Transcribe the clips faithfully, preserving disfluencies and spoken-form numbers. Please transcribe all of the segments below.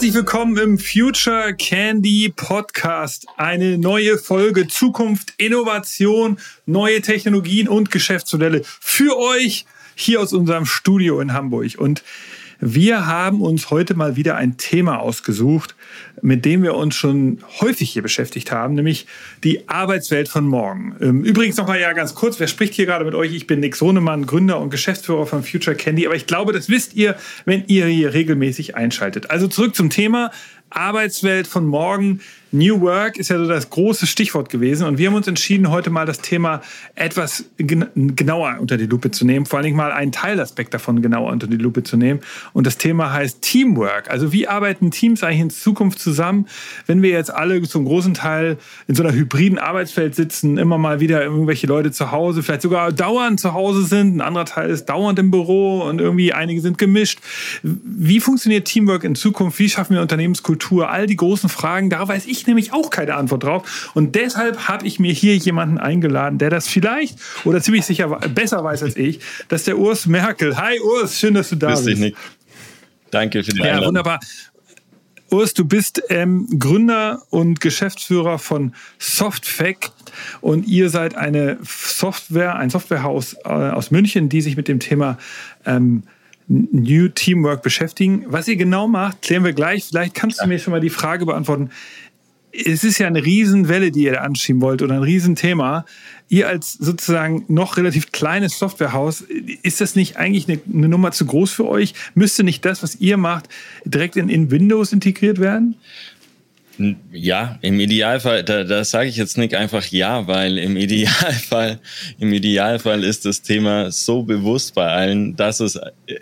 Herzlich willkommen im Future Candy Podcast. Eine neue Folge Zukunft, Innovation, neue Technologien und Geschäftsmodelle für euch hier aus unserem Studio in Hamburg. Und wir haben uns heute mal wieder ein Thema ausgesucht, mit dem wir uns schon häufig hier beschäftigt haben, nämlich die Arbeitswelt von morgen. Übrigens nochmal ja ganz kurz, wer spricht hier gerade mit euch? Ich bin Nick Sohnemann, Gründer und Geschäftsführer von Future Candy, aber ich glaube, das wisst ihr, wenn ihr hier regelmäßig einschaltet. Also zurück zum Thema Arbeitswelt von morgen. New Work ist ja so das große Stichwort gewesen und wir haben uns entschieden, heute mal das Thema etwas gen- genauer unter die Lupe zu nehmen, vor allen Dingen mal einen Teilaspekt davon genauer unter die Lupe zu nehmen und das Thema heißt Teamwork. Also wie arbeiten Teams eigentlich in Zukunft zusammen, wenn wir jetzt alle zum großen Teil in so einer hybriden Arbeitswelt sitzen, immer mal wieder irgendwelche Leute zu Hause, vielleicht sogar dauernd zu Hause sind, ein anderer Teil ist dauernd im Büro und irgendwie einige sind gemischt. Wie funktioniert Teamwork in Zukunft? Wie schaffen wir Unternehmenskultur? All die großen Fragen, da weiß ich nämlich auch keine Antwort drauf. Und deshalb habe ich mir hier jemanden eingeladen, der das vielleicht oder ziemlich sicher besser weiß als ich. Das ist der Urs Merkel. Hi Urs, schön, dass du da Grüß dich, bist. Nick. Danke für die Einladung. Ja, wunderbar. Urs, du bist ähm, Gründer und Geschäftsführer von Softfact und ihr seid eine Software, ein Softwarehaus äh, aus München, die sich mit dem Thema ähm, New Teamwork beschäftigen. Was ihr genau macht, klären wir gleich. Vielleicht kannst du mir schon mal die Frage beantworten. Es ist ja eine Riesenwelle, die ihr da anschieben wollt oder ein Riesenthema. Ihr als sozusagen noch relativ kleines Softwarehaus, ist das nicht eigentlich eine, eine Nummer zu groß für euch? Müsste nicht das, was ihr macht, direkt in, in Windows integriert werden? Ja, im Idealfall, da, da sage ich jetzt nicht einfach ja, weil im Idealfall, im Idealfall ist das Thema so bewusst bei allen, dass es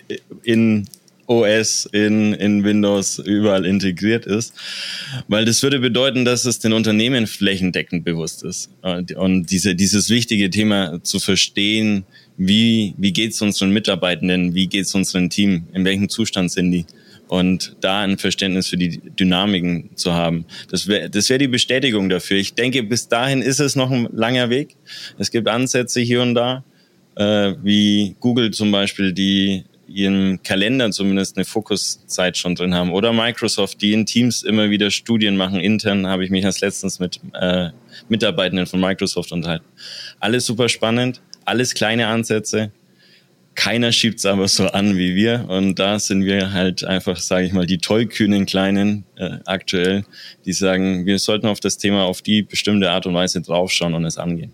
in O S, in, in Windows überall integriert ist. Weil das würde bedeuten, dass es den Unternehmen flächendeckend bewusst ist. Und diese, dieses wichtige Thema zu verstehen, wie, wie geht es unseren Mitarbeitenden, wie geht es unserem Team, in welchem Zustand sind die? Und da ein Verständnis für die Dynamiken zu haben. Das wäre das wär die Bestätigung dafür. Ich denke, bis dahin ist es noch ein langer Weg. Es gibt Ansätze hier und da, äh, wie Google zum Beispiel, die ihren Kalender zumindest eine Fokuszeit schon drin haben. Oder Microsoft, die in Teams immer wieder Studien machen. Intern habe ich mich als letztens mit äh, Mitarbeitenden von Microsoft unterhalten. Alles super spannend, alles kleine Ansätze. Keiner schiebt es aber so an wie wir und da sind wir halt einfach, sage ich mal, die tollkühnen Kleinen äh, aktuell, die sagen, wir sollten auf das Thema auf die bestimmte Art und Weise draufschauen und es angehen.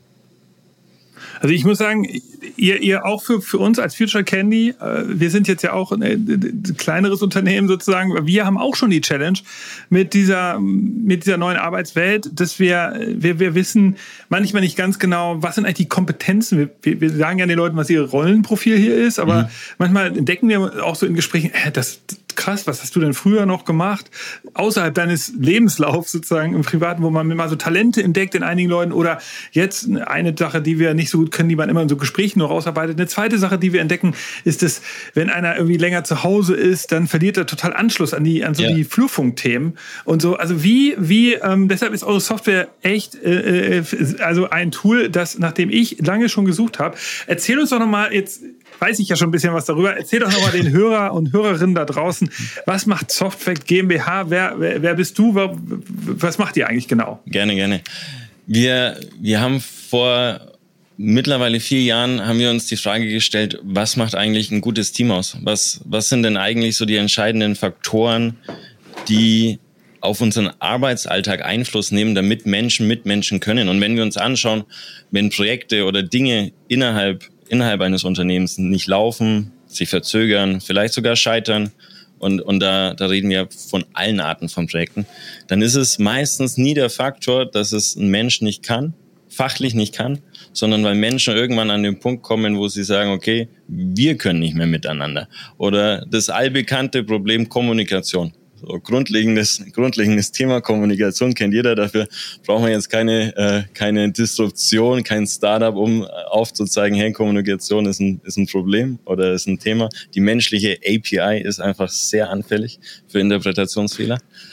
Also ich muss sagen, ihr, ihr auch für, für uns als Future Candy, äh, wir sind jetzt ja auch ein äh, kleineres Unternehmen sozusagen, wir haben auch schon die Challenge mit dieser, mit dieser neuen Arbeitswelt, dass wir, wir, wir wissen manchmal nicht ganz genau, was sind eigentlich die Kompetenzen. Wir, wir sagen ja den Leuten, was ihr Rollenprofil hier ist, aber mhm. manchmal entdecken wir auch so in Gesprächen, äh, das krass, was hast du denn früher noch gemacht? Außerhalb deines Lebenslaufs sozusagen im Privaten, wo man mal so Talente entdeckt in einigen Leuten oder jetzt eine Sache, die wir nicht so gut können, die man immer in so Gesprächen noch rausarbeitet. Eine zweite Sache, die wir entdecken, ist, dass wenn einer irgendwie länger zu Hause ist, dann verliert er total Anschluss an die, an so ja. die Flurfunkthemen und so. Also wie, wie, ähm, deshalb ist eure Software echt, äh, also ein Tool, das, nachdem ich lange schon gesucht habe. Erzähl uns doch nochmal, jetzt weiß ich ja schon ein bisschen was darüber, erzähl doch nochmal den Hörer und Hörerinnen da draußen, was macht Softfact GmbH? Wer, wer, wer bist du? Was macht ihr eigentlich genau? Gerne, gerne. Wir, wir haben vor mittlerweile vier Jahren haben wir uns die Frage gestellt, was macht eigentlich ein gutes Team aus? Was, was sind denn eigentlich so die entscheidenden Faktoren, die auf unseren Arbeitsalltag Einfluss nehmen, damit Menschen mit Menschen können? Und wenn wir uns anschauen, wenn Projekte oder Dinge innerhalb, innerhalb eines Unternehmens nicht laufen, sich verzögern, vielleicht sogar scheitern, und, und da, da reden wir von allen Arten von Projekten, dann ist es meistens nie der Faktor, dass es ein Mensch nicht kann, fachlich nicht kann, sondern weil Menschen irgendwann an den Punkt kommen, wo sie sagen, okay, wir können nicht mehr miteinander. Oder das allbekannte Problem Kommunikation. So, grundlegendes, grundlegendes Thema Kommunikation kennt jeder. Dafür brauchen wir jetzt keine, äh, keine Disruption, kein Startup, um aufzuzeigen, hey, Kommunikation ist ein, ist ein Problem oder ist ein Thema. Die menschliche A P I ist einfach sehr anfällig für Interpretationsfehler.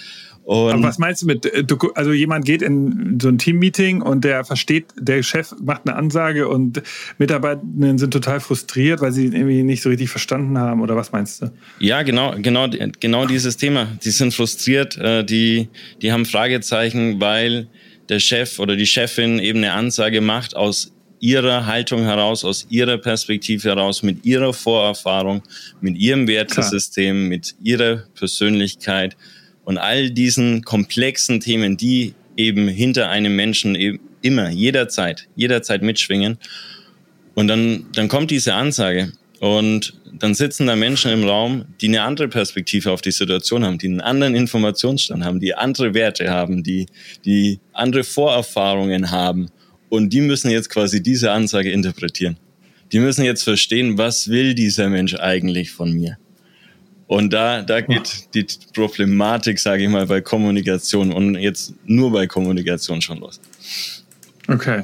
Und aber was meinst du mit, also jemand geht in so ein Team-Meeting und der versteht, der Chef macht eine Ansage und Mitarbeitenden sind total frustriert, weil sie irgendwie nicht so richtig verstanden haben, oder was meinst du? Ja, genau, genau, genau dieses Thema. Die sind frustriert, die, die haben Fragezeichen, weil der Chef oder die Chefin eben eine Ansage macht aus ihrer Haltung heraus, aus ihrer Perspektive heraus, mit ihrer Vorerfahrung, mit ihrem Wertesystem, Klar. mit ihrer Persönlichkeit und all diesen komplexen Themen, die eben hinter einem Menschen eben immer, jederzeit, jederzeit mitschwingen. Und dann, dann kommt diese Ansage und dann sitzen da Menschen im Raum, die eine andere Perspektive auf die Situation haben, die einen anderen Informationsstand haben, die andere Werte haben, die, die andere Vorerfahrungen haben. Und die müssen jetzt quasi diese Ansage interpretieren. Die müssen jetzt verstehen, was will dieser Mensch eigentlich von mir? Und da, da geht die Problematik, sage ich mal, bei Kommunikation und jetzt nur bei Kommunikation schon los. Okay.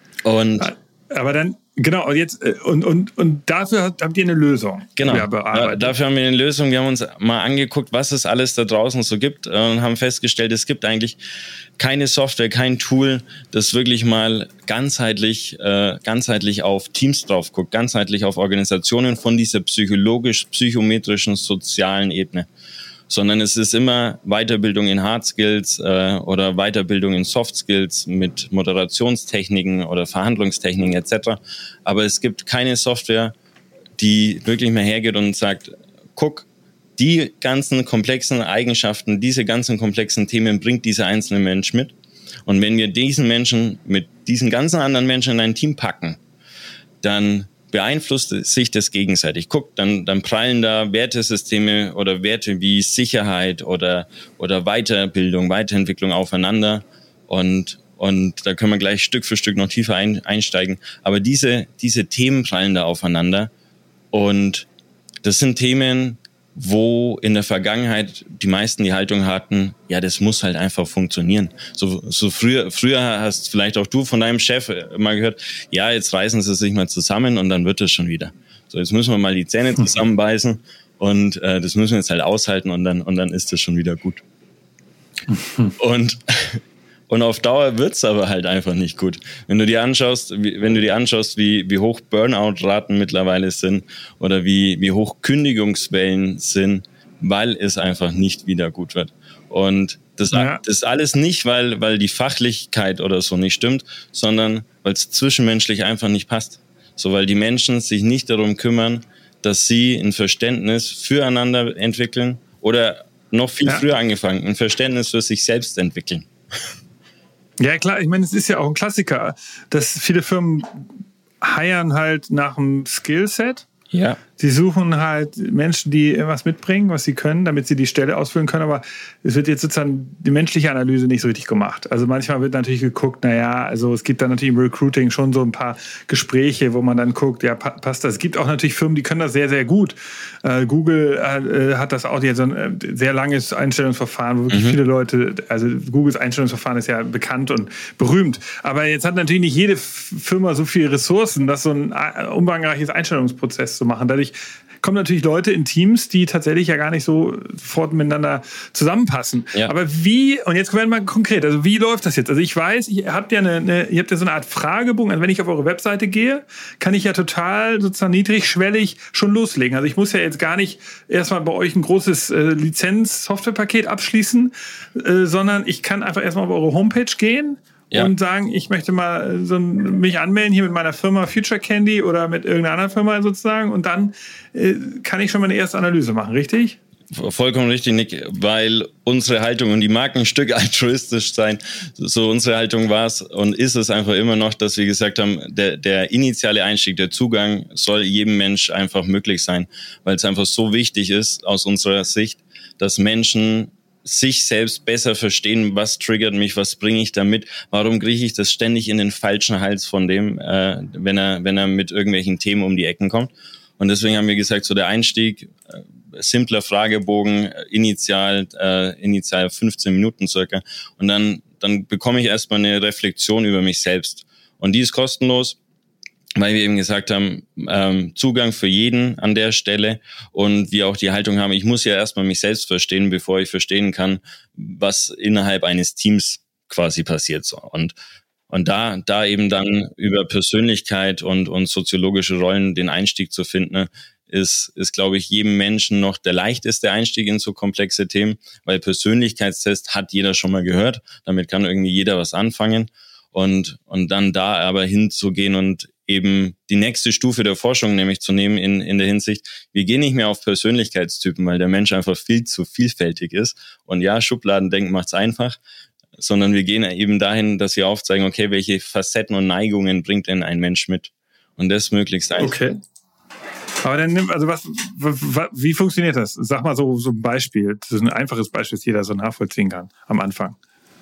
Und aber dann, genau, und jetzt, und, und, und dafür habt ihr eine Lösung. Genau, ja, dafür haben wir eine Lösung. Wir haben uns mal angeguckt, was es alles da draußen so gibt und haben festgestellt, es gibt eigentlich keine Software, kein Tool, das wirklich mal ganzheitlich, äh, ganzheitlich auf Teams drauf guckt, ganzheitlich auf Organisationen von dieser psychologisch-psychometrischen sozialen Ebene. Sondern es ist immer Weiterbildung in Hard Skills äh, oder Weiterbildung in Soft Skills mit Moderationstechniken oder Verhandlungstechniken et cetera. Aber es gibt keine Software, die wirklich mehr hergeht und sagt, guck, die ganzen komplexen Eigenschaften, diese ganzen komplexen Themen bringt dieser einzelne Mensch mit. Und wenn wir diesen Menschen mit diesen ganzen anderen Menschen in ein Team packen, dann beeinflusst sich das gegenseitig. Guck, dann, dann prallen da Wertesysteme oder Werte wie Sicherheit oder, oder Weiterbildung, Weiterentwicklung aufeinander. Und, und da können wir gleich Stück für Stück noch tiefer ein, einsteigen. Aber diese, diese Themen prallen da aufeinander. Und das sind Themen, wo in der Vergangenheit die meisten die Haltung hatten, ja, das muss halt einfach funktionieren. So, so früher, früher hast vielleicht auch du von deinem Chef mal gehört, ja, jetzt reißen sie sich mal zusammen und dann wird das schon wieder. So, jetzt müssen wir mal die Zähne zusammenbeißen und äh, das müssen wir jetzt halt aushalten und dann, und dann ist das schon wieder gut. und Und auf Dauer wird's aber halt einfach nicht gut. Wenn du dir anschaust, wie, wenn du dir anschaust, wie, wie hoch Burnout-Raten mittlerweile sind oder wie, wie hoch Kündigungswellen sind, weil es einfach nicht wieder gut wird. Und das, ja. das alles nicht, weil, weil die Fachlichkeit oder so nicht stimmt, sondern weil es zwischenmenschlich einfach nicht passt. So, weil die Menschen sich nicht darum kümmern, dass sie ein Verständnis füreinander entwickeln oder noch viel ja. früher angefangen, ein Verständnis für sich selbst entwickeln. Ja, klar, ich meine, es ist ja auch ein Klassiker, dass viele Firmen hiren halt nach einem Skillset. Ja. Sie suchen halt Menschen, die was mitbringen, was sie können, damit sie die Stelle ausfüllen können, aber es wird jetzt sozusagen die menschliche Analyse nicht so richtig gemacht. Also manchmal wird natürlich geguckt, naja, also es gibt dann natürlich im Recruiting schon so ein paar Gespräche, wo man dann guckt, ja, passt das. Es gibt auch natürlich Firmen, die können das sehr, sehr gut. Äh, Google äh, hat das auch, die hat so ein äh, sehr langes Einstellungsverfahren, wo wirklich mhm. viele Leute, also Googles Einstellungsverfahren ist ja bekannt und berühmt, aber jetzt hat natürlich nicht jede Firma so viele Ressourcen, das so ein äh, umfangreiches Einstellungsprozess zu machen. Dadurch kommen natürlich Leute in Teams, die tatsächlich ja gar nicht so sofort miteinander zusammenpassen. Ja. Aber wie, und jetzt werden wir mal konkret, also wie läuft das jetzt? Also ich weiß, ihr habt ja eine, eine, ihr habt ja so eine Art Fragebogen, also wenn ich auf eure Webseite gehe, kann ich ja total sozusagen niedrigschwellig schon loslegen. Also ich muss ja jetzt gar nicht erstmal bei euch ein großes äh, Lizenz-Softwarepaket abschließen, äh, sondern ich kann einfach erstmal auf eure Homepage gehen. Ja. Und sagen, ich möchte mal so mich anmelden hier mit meiner Firma Future Candy oder mit irgendeiner anderen Firma sozusagen und dann äh, kann ich schon mal eine erste Analyse machen, richtig? Vollkommen richtig, Nick, weil unsere Haltung und die mag ein Stück altruistisch sein, so unsere Haltung war es und ist es einfach immer noch, dass wir gesagt haben, der, der initiale Einstieg, der Zugang soll jedem Mensch einfach möglich sein, weil es einfach so wichtig ist aus unserer Sicht, dass Menschen sich selbst besser verstehen, was triggert mich, was bringe ich da mit, warum kriege ich das ständig in den falschen Hals von dem, äh, wenn er wenn er mit irgendwelchen Themen um die Ecken kommt. Und deswegen haben wir gesagt, so der Einstieg, äh, simpler Fragebogen, äh, initial äh, initial fünfzehn Minuten circa und dann dann bekomme ich erstmal eine Reflexion über mich selbst. Und die ist kostenlos. weil wir eben gesagt haben, ähm, Zugang für jeden an der Stelle und wir auch die Haltung haben, ich muss ja erstmal mich selbst verstehen, bevor ich verstehen kann, was innerhalb eines Teams quasi passiert. So. Und und da da eben dann über Persönlichkeit und und soziologische Rollen den Einstieg zu finden, ist, ist glaube ich, jedem Menschen noch der leichteste Einstieg in so komplexe Themen, weil Persönlichkeitstest hat jeder schon mal gehört, damit kann irgendwie jeder was anfangen. Und, und dann da aber hinzugehen und eben die nächste Stufe der Forschung nämlich zu nehmen in, in der Hinsicht, wir gehen nicht mehr auf Persönlichkeitstypen, weil der Mensch einfach viel zu vielfältig ist. Und ja, Schubladendenken macht's einfach, sondern wir gehen eben dahin, dass wir aufzeigen, okay, welche Facetten und Neigungen bringt denn ein Mensch mit? Und das möglichst einfach. Okay. Aber dann nimm, also was, was, wie funktioniert das? Sag mal so, so ein Beispiel. Das ist ein einfaches Beispiel, das jeder so nachvollziehen kann am Anfang.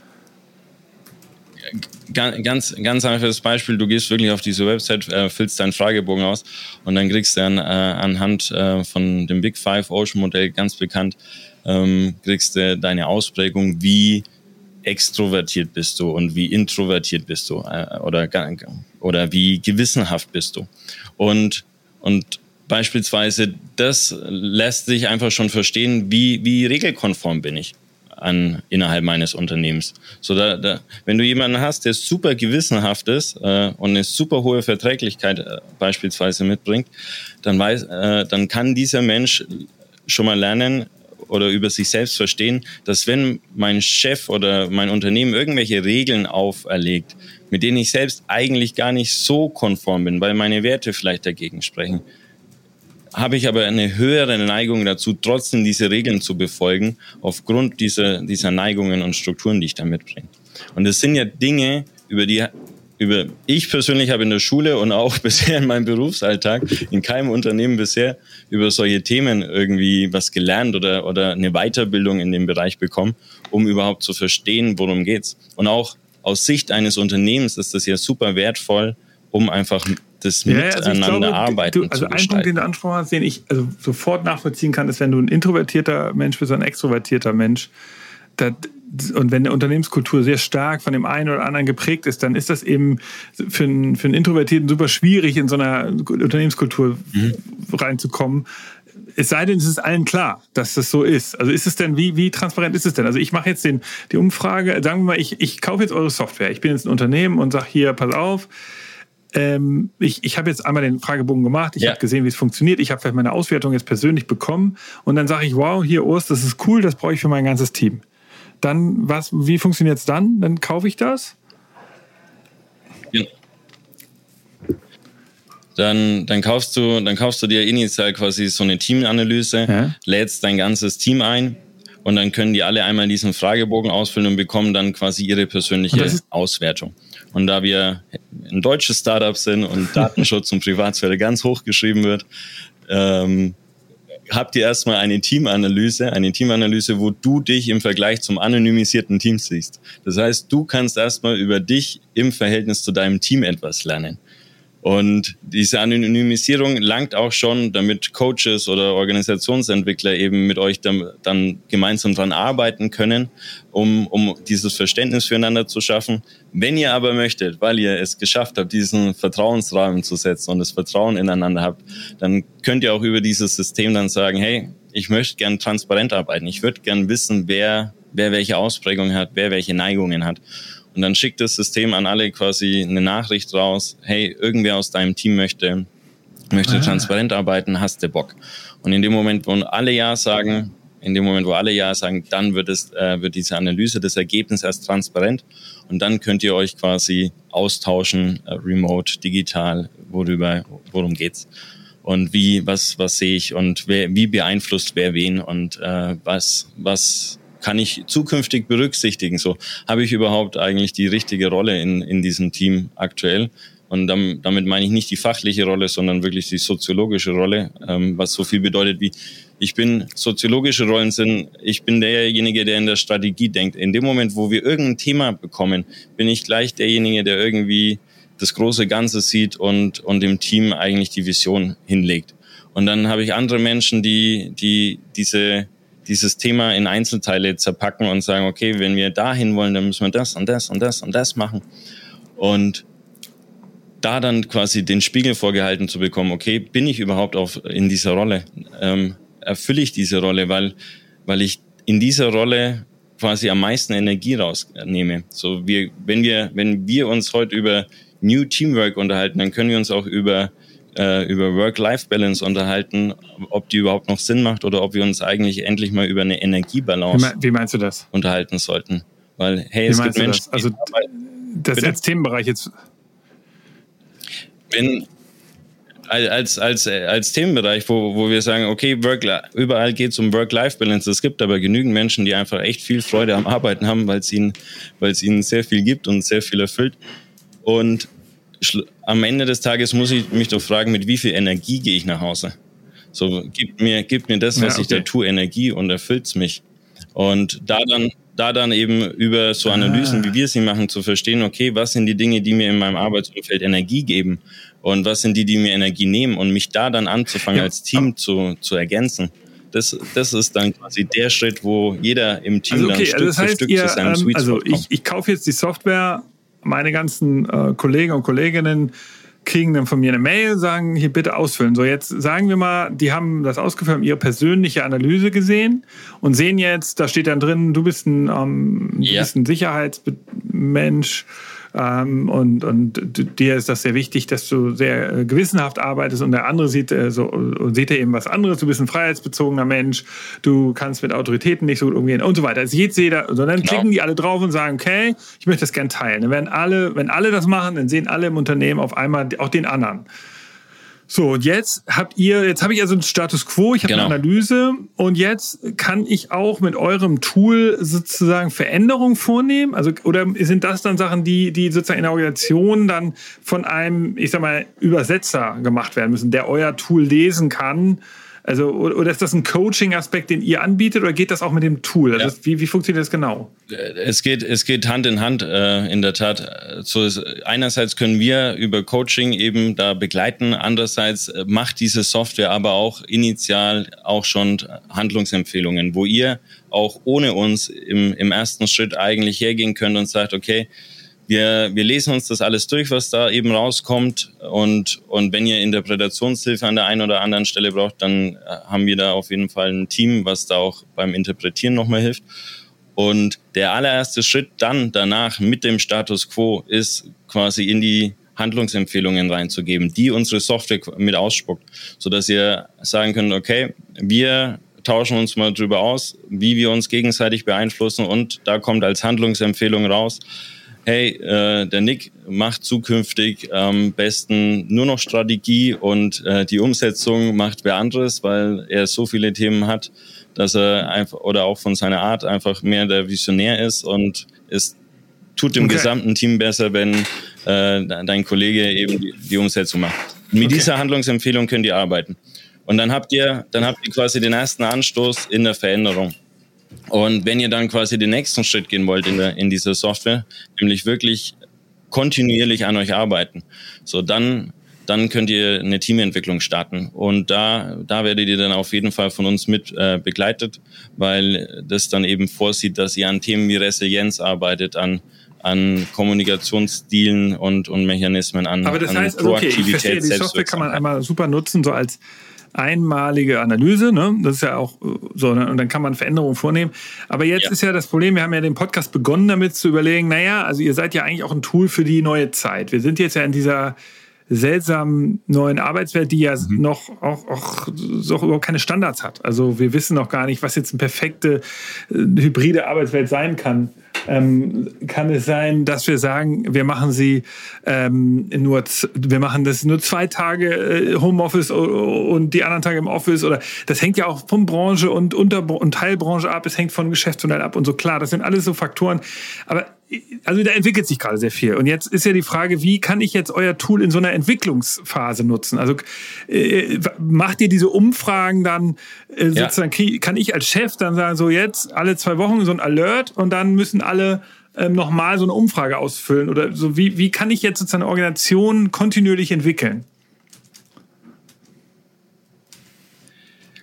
Ganz, ganz einfaches Beispiel, du gehst wirklich auf diese Website, äh, füllst deinen Fragebogen aus und dann kriegst du dann äh, anhand äh, von dem Big Five Ocean Modell, ganz bekannt, ähm, kriegst du deine Ausprägung, wie extrovertiert bist du und wie introvertiert bist du äh, oder, oder wie gewissenhaft bist du. Und, und beispielsweise das lässt sich einfach schon verstehen, wie, wie regelkonform bin ich an innerhalb meines Unternehmens. So da, da, wenn du jemanden hast, der super gewissenhaft ist äh, und eine super hohe Verträglichkeit äh, beispielsweise mitbringt, dann weiß, äh, dann kann dieser Mensch schon mal lernen oder über sich selbst verstehen, dass wenn mein Chef oder mein Unternehmen irgendwelche Regeln auferlegt, mit denen ich selbst eigentlich gar nicht so konform bin, weil meine Werte vielleicht dagegen sprechen, habe ich aber eine höhere Neigung dazu, trotzdem diese Regeln zu befolgen, aufgrund dieser, dieser Neigungen und Strukturen, die ich da mitbringe. Und das sind ja Dinge, über die über ich persönlich habe in der Schule und auch bisher in meinem Berufsalltag in keinem Unternehmen bisher über solche Themen irgendwie was gelernt oder, oder eine Weiterbildung in dem Bereich bekommen, um überhaupt zu verstehen, worum geht's. Und auch aus Sicht eines Unternehmens ist das ja super wertvoll, um einfach das ja, Miteinander also glaube, arbeiten du, also zu ein gestalten. Punkt, den du angesprochen hast, den ich also sofort nachvollziehen kann, ist, wenn du ein introvertierter Mensch bist, ein extrovertierter Mensch, das, und wenn eine Unternehmenskultur sehr stark von dem einen oder anderen geprägt ist, dann ist das eben für einen, für einen Introvertierten super schwierig, in so einer Unternehmenskultur mhm. reinzukommen. Es sei denn, es ist allen klar, dass das so ist. Also ist es denn, wie, wie transparent ist es denn? Also ich mache jetzt den, die Umfrage, sagen wir mal, ich, ich kaufe jetzt eure Software. Ich bin jetzt ein Unternehmen und sage hier, pass auf, ähm, ich, ich habe jetzt einmal den Fragebogen gemacht, ich ja. habe gesehen, wie es funktioniert, ich habe vielleicht meine Auswertung jetzt persönlich bekommen und dann sage ich, wow, hier Urs, das ist cool, das brauche ich für mein ganzes Team. Dann, was, wie funktioniert es dann? Dann kaufe ich das? Ja. Dann, dann, kaufst du, dann kaufst du dir initial quasi so eine Teamanalyse, ja. lädst dein ganzes Team ein und dann können die alle einmal diesen Fragebogen ausfüllen und bekommen dann quasi ihre persönliche Auswertung. Und da wir ein deutsches Startup sind und Datenschutz und Privatsphäre ganz hoch geschrieben wird, ähm, habt ihr erstmal eine Teamanalyse, eine Teamanalyse, wo du dich im Vergleich zum anonymisierten Team siehst. Das heißt, du kannst erstmal über dich im Verhältnis zu deinem Team etwas lernen. Und diese Anonymisierung langt auch schon, damit Coaches oder Organisationsentwickler eben mit euch dann, dann gemeinsam dran arbeiten können, um, um dieses Verständnis füreinander zu schaffen. Wenn ihr aber möchtet, weil ihr es geschafft habt, diesen Vertrauensrahmen zu setzen und das Vertrauen ineinander habt, dann könnt ihr auch über dieses System dann sagen, hey, ich möchte gern transparent arbeiten. Ich würde gern wissen, wer, wer welche Ausprägung hat, wer welche Neigungen hat. Und dann schickt das System an alle quasi eine Nachricht raus, hey, irgendwer aus deinem Team möchte, möchte ah. transparent arbeiten, hast du Bock? Und in dem Moment, wo alle Ja sagen, in dem Moment, wo alle Ja sagen, dann wird es, äh, wird diese Analyse, das Ergebnis erst transparent und dann könnt ihr euch quasi austauschen, äh, remote, digital, worüber, worum geht's? Und wie, was, was sehe ich und wer, wie beeinflusst wer wen und äh, was, was kann ich zukünftig berücksichtigen? So, habe ich überhaupt eigentlich die richtige Rolle in, in diesem Team aktuell? Und damit, damit meine ich nicht die fachliche Rolle, sondern wirklich die soziologische Rolle, ähm, was so viel bedeutet wie, ich bin, soziologische Rollen sind, ich bin derjenige, der in der Strategie denkt. In dem Moment, wo wir irgendein Thema bekommen, bin ich gleich derjenige, der irgendwie das große Ganze sieht und, und dem Team eigentlich die Vision hinlegt. Und dann habe ich andere Menschen, die, die diese, dieses Thema in Einzelteile zerpacken und sagen, okay, wenn wir dahin wollen, dann müssen wir das und das und das und das machen. Und da dann quasi den Spiegel vorgehalten zu bekommen, okay, bin ich überhaupt auf, in dieser Rolle? Ähm, erfülle ich diese Rolle, weil, weil ich in dieser Rolle quasi am meisten Energie rausnehme. So, wir, wenn wir, wenn wir uns heute über New Teamwork unterhalten, dann können wir uns auch über, äh, über Work-Life-Balance unterhalten, ob die überhaupt noch Sinn macht oder ob wir uns eigentlich endlich mal über eine Energiebalance wie, mein, wie meinst du das? unterhalten sollten. Weil, hey, wie es gibt Menschen, das? Also, das ist als Themenbereich jetzt. Wenn, als, als, als Themenbereich, wo, wo wir sagen, okay, Work, überall geht es um Work-Life-Balance. Es gibt aber genügend Menschen, die einfach echt viel Freude am Arbeiten haben, weil es ihnen, weil es ihnen sehr viel gibt und sehr viel erfüllt. Und am Ende des Tages muss ich mich doch fragen, mit wie viel Energie gehe ich nach Hause? So, gibt mir, gibt mir das, was ja, okay. ich da tue, Energie und erfüllt es mich. Und da dann, da dann eben über so Analysen, ah. wie wir sie machen, zu verstehen, okay, was sind die Dinge, die mir in meinem Arbeitsumfeld Energie geben und was sind die, die mir Energie nehmen und mich da dann anzufangen, ja. als Team zu, zu ergänzen. Das, das ist dann quasi der Schritt, wo jeder im Team also okay, dann Stück also das heißt, für Stück ihr, zu seinem ähm, Sweet Spot kommt. Also ich, ich kaufe jetzt die Software, meine ganzen äh, Kollegen und Kolleginnen kriegen dann von mir eine Mail, sagen, hier bitte ausfüllen. So, jetzt sagen wir mal, die haben das ausgefüllt, haben ihre persönliche Analyse gesehen und sehen jetzt, da steht dann drin, du bist ein, ähm, ja. du bist ein Sicherheitsmensch ähm, und, und dir ist das sehr wichtig, dass du sehr äh, gewissenhaft arbeitest und der andere sieht, äh, so, sieht er eben was anderes, du bist ein freiheitsbezogener Mensch, du kannst mit Autoritäten nicht so gut umgehen und so weiter. Also jetzt jeder, so dann genau. klicken die alle drauf und sagen, okay, ich möchte das gern teilen. Dann werden alle, wenn alle das machen, dann sehen alle im Unternehmen auf einmal auch den anderen. So, und jetzt habt ihr, jetzt habe ich also einen Status Quo, ich habe genau. eine Analyse und jetzt kann ich auch mit eurem Tool sozusagen Veränderungen vornehmen? Also, oder sind das dann Sachen, die, die sozusagen in der Organisation dann von einem, ich sag mal, Übersetzer gemacht werden müssen, der euer Tool lesen kann? Also, oder ist das ein Coaching-Aspekt, den ihr anbietet, oder geht das auch mit dem Tool? Also, ja. wie, wie funktioniert das genau? Es geht, es geht Hand in Hand, äh, in der Tat. So ist, einerseits können wir über Coaching eben da begleiten, andererseits macht diese Software aber auch initial auch schon Handlungsempfehlungen, wo ihr auch ohne uns im, im ersten Schritt eigentlich hergehen könnt und sagt, okay, Wir, wir lesen uns das alles durch, was da eben rauskommt und, und wenn ihr Interpretationshilfe an der einen oder anderen Stelle braucht, dann haben wir da auf jeden Fall ein Team, was da auch beim Interpretieren nochmal hilft. Und der allererste Schritt dann danach mit dem Status Quo ist quasi in die Handlungsempfehlungen reinzugeben, die unsere Software mit ausspuckt, sodass ihr sagen könnt, okay, wir tauschen uns mal drüber aus, wie wir uns gegenseitig beeinflussen und da kommt als Handlungsempfehlung raus, hey, äh, der Nick macht zukünftig am ähm, besten nur noch Strategie und äh, die Umsetzung macht wer anderes, weil er so viele Themen hat, dass er einfach oder auch von seiner Art einfach mehr der Visionär ist und es tut dem okay. gesamten Team besser, wenn äh, dein Kollege eben die, die Umsetzung macht. Mit okay. dieser Handlungsempfehlung könnt ihr arbeiten. Und dann habt ihr, dann habt ihr quasi den ersten Anstoß in der Veränderung. Und wenn ihr dann quasi den nächsten Schritt gehen wollt in, der, in dieser Software, nämlich wirklich kontinuierlich an euch arbeiten, so dann, dann könnt ihr eine Teamentwicklung starten. Und da, da werdet ihr dann auf jeden Fall von uns mit äh, begleitet, weil das dann eben vorsieht, dass ihr an Themen wie Resilienz arbeitet, an an Kommunikationsstilen und, und Mechanismen, an, Aber das an heißt, also okay, ich verstehe, die Software kann man einmal super nutzen, so als einmalige Analyse, ne? Das ist ja auch so, ne? Und dann kann man Veränderungen vornehmen. Aber jetzt ja. ist ja das Problem, wir haben ja den Podcast begonnen damit zu überlegen, naja, also ihr seid ja eigentlich auch ein Tool für die neue Zeit. Wir sind jetzt ja in dieser seltsamen neuen Arbeitswelt, die ja mhm. noch auch, auch, auch überhaupt keine Standards hat. Also wir wissen noch gar nicht, was jetzt eine perfekte äh, hybride Arbeitswelt sein kann. Ähm, kann es sein, dass wir sagen, wir machen sie ähm, nur, wir machen das nur zwei Tage äh, Homeoffice und die anderen Tage im Office, oder das hängt ja auch von Branche und Unter- und Teilbranche ab, es hängt von Geschäftsmodell ab und so, klar, das sind alles so Faktoren, aber also da entwickelt sich gerade sehr viel. Und jetzt ist ja die Frage, wie kann ich jetzt euer Tool in so einer Entwicklungsphase nutzen? Also äh, macht ihr diese Umfragen dann äh, sozusagen, ja. kann ich als Chef dann sagen, so jetzt alle zwei Wochen so ein Alert und dann müssen alle ähm, nochmal so eine Umfrage ausfüllen? Oder so, wie, wie kann ich jetzt sozusagen eine Organisation kontinuierlich entwickeln?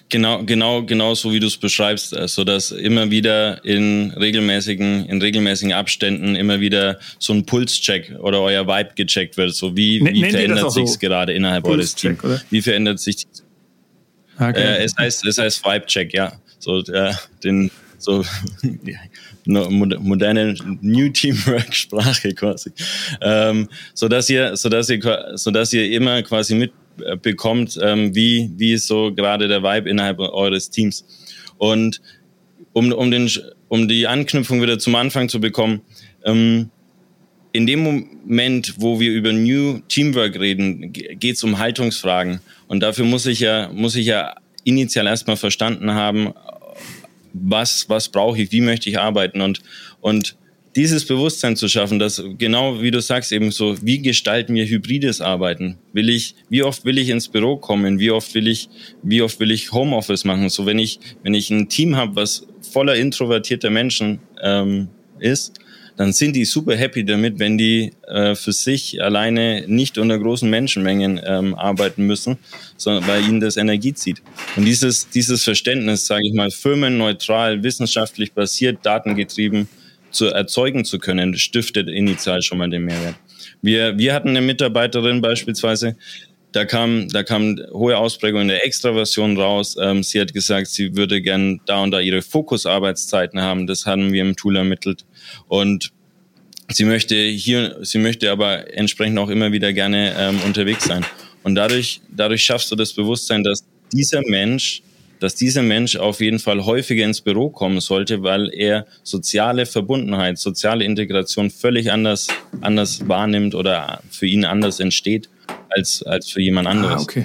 Genau, genau, genau so wie du es beschreibst, so dass immer wieder in regelmäßigen, in regelmäßigen Abständen immer wieder so ein Pulscheck oder euer Vibe gecheckt wird. So wie, N- wie nennt ihr das verändert auch so? sich's gerade innerhalb eures Teams? Oder? Wie verändert sich? Okay. Äh, es heißt, es heißt Vibe-Check, ja. So äh, den so moderne New Teamwork-Sprache quasi, ähm, so dass ihr, so dass ihr, so dass ihr immer quasi mitbekommt, ähm, wie wie ist so gerade der Vibe innerhalb eures Teams. Und um um den um die Anknüpfung wieder zum Anfang zu bekommen, ähm, in dem Moment, wo wir über New Teamwork reden, geht es um Haltungsfragen. Und dafür muss ich ja muss ich ja initial erstmal verstanden haben, was, was brauche ich, wie möchte ich arbeiten und, und dieses Bewusstsein zu schaffen, dass genau wie du sagst eben so, wie gestalten wir hybrides Arbeiten? Will ich, wie oft will ich ins Büro kommen? Wie oft will ich, wie oft will ich Homeoffice machen? So wenn ich, wenn ich ein Team habe, was voller introvertierter Menschen ähm, ist, dann sind die super happy damit, wenn die äh, für sich alleine nicht unter großen Menschenmengen ähm, arbeiten müssen, sondern weil ihnen das Energie zieht. Und dieses dieses Verständnis, sage ich mal, firmenneutral, wissenschaftlich basiert, datengetrieben zu erzeugen zu können, stiftet initial schon mal den Mehrwert. Wir wir hatten eine Mitarbeiterin beispielsweise, da kam da kam hohe Ausprägung in der Extraversion raus. Ähm, sie hat gesagt, sie würde gern da und da ihre Fokusarbeitszeiten haben. Das haben wir im Tool ermittelt. Und sie möchte hier, sie möchte aber entsprechend auch immer wieder gerne ähm, unterwegs sein. Und dadurch, dadurch schaffst du das Bewusstsein, dass dieser Mensch, dass dieser Mensch auf jeden Fall häufiger ins Büro kommen sollte, weil er soziale Verbundenheit, soziale Integration völlig anders, anders wahrnimmt oder für ihn anders entsteht als, als für jemand anderes. Ah, okay.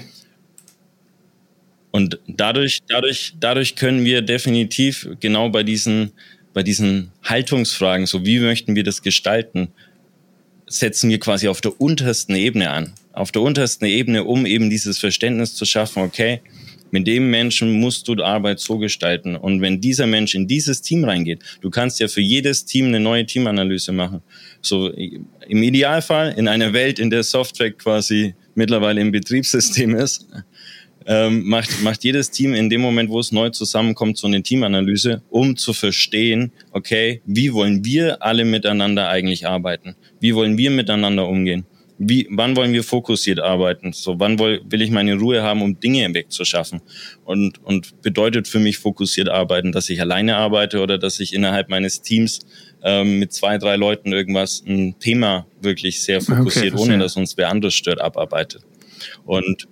Und dadurch, dadurch, dadurch können wir definitiv genau bei diesen bei diesen Haltungsfragen, so wie möchten wir das gestalten, setzen wir quasi auf der untersten Ebene an. Auf der untersten Ebene, um eben dieses Verständnis zu schaffen, okay, mit dem Menschen musst du die Arbeit so gestalten. Und wenn dieser Mensch in dieses Team reingeht, du kannst ja für jedes Team eine neue Teamanalyse machen. So im Idealfall in einer Welt, in der Software quasi mittlerweile im Betriebssystem ist, Ähm, macht, macht jedes Team in dem Moment, wo es neu zusammenkommt, so eine Teamanalyse, um zu verstehen, okay, wie wollen wir alle miteinander eigentlich arbeiten? Wie wollen wir miteinander umgehen? Wie, wann wollen wir fokussiert arbeiten? So, wann will, will ich meine Ruhe haben, um Dinge wegzuschaffen? Und, und bedeutet für mich fokussiert arbeiten, dass ich alleine arbeite oder dass ich innerhalb meines Teams ähm, mit zwei, drei Leuten irgendwas, ein Thema wirklich sehr fokussiert, okay, ohne dass uns wer anderes stört, abarbeitet. Und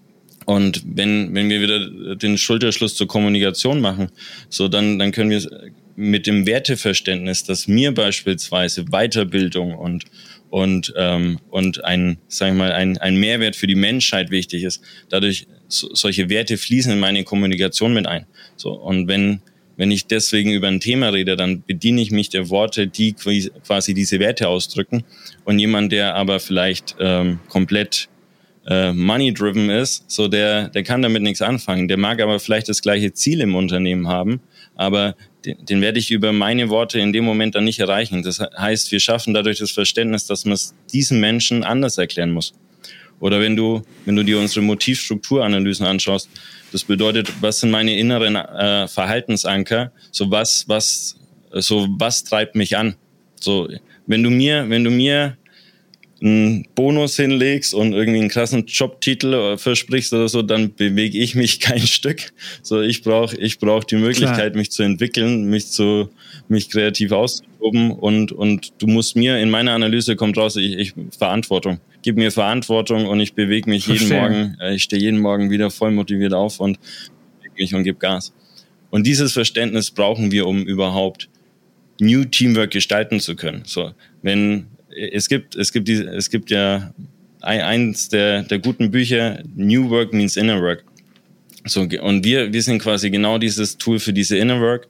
Und wenn, wenn wir wieder den Schulterschluss zur Kommunikation machen, so dann, dann können wir mit dem Werteverständnis, dass mir beispielsweise Weiterbildung und, und, ähm, und ein, sag ich mal, ein, ein Mehrwert für die Menschheit wichtig ist, dadurch so, solche Werte fließen in meine Kommunikation mit ein. So, und wenn, wenn ich deswegen über ein Thema rede, dann bediene ich mich der Worte, die quasi diese Werte ausdrücken. Und jemand, der aber vielleicht ähm, komplett Uh, money-driven ist, so der, der kann damit nichts anfangen. Der mag aber vielleicht das gleiche Ziel im Unternehmen haben, aber den, den werde ich über meine Worte in dem Moment dann nicht erreichen. Das heißt, wir schaffen dadurch das Verständnis, dass man es diesen Menschen anders erklären muss. Oder wenn du, wenn du dir unsere Motivstrukturanalysen anschaust, das bedeutet, was sind meine inneren äh, Verhaltensanker? So was, was, so was treibt mich an? So, wenn du mir, wenn du mir einen Bonus hinlegst und irgendwie einen krassen Jobtitel versprichst oder so, dann bewege ich mich kein Stück. So, ich brauche ich brauche die Möglichkeit, Klar. mich zu entwickeln, mich zu mich kreativ auszutoben und und du musst mir in meiner Analyse kommt raus, ich, ich Verantwortung. Gib mir Verantwortung und ich bewege mich Verstehen. jeden Morgen, ich stehe jeden Morgen wieder voll motiviert auf und bewege mich und gebe Gas. Und dieses Verständnis brauchen wir, um überhaupt New Teamwork gestalten zu können. So, wenn Es gibt, es gibt, die, es gibt ja eins der, der guten Bücher, New Work means Inner Work. So, und wir, wir sind quasi genau dieses Tool für diese Inner Work.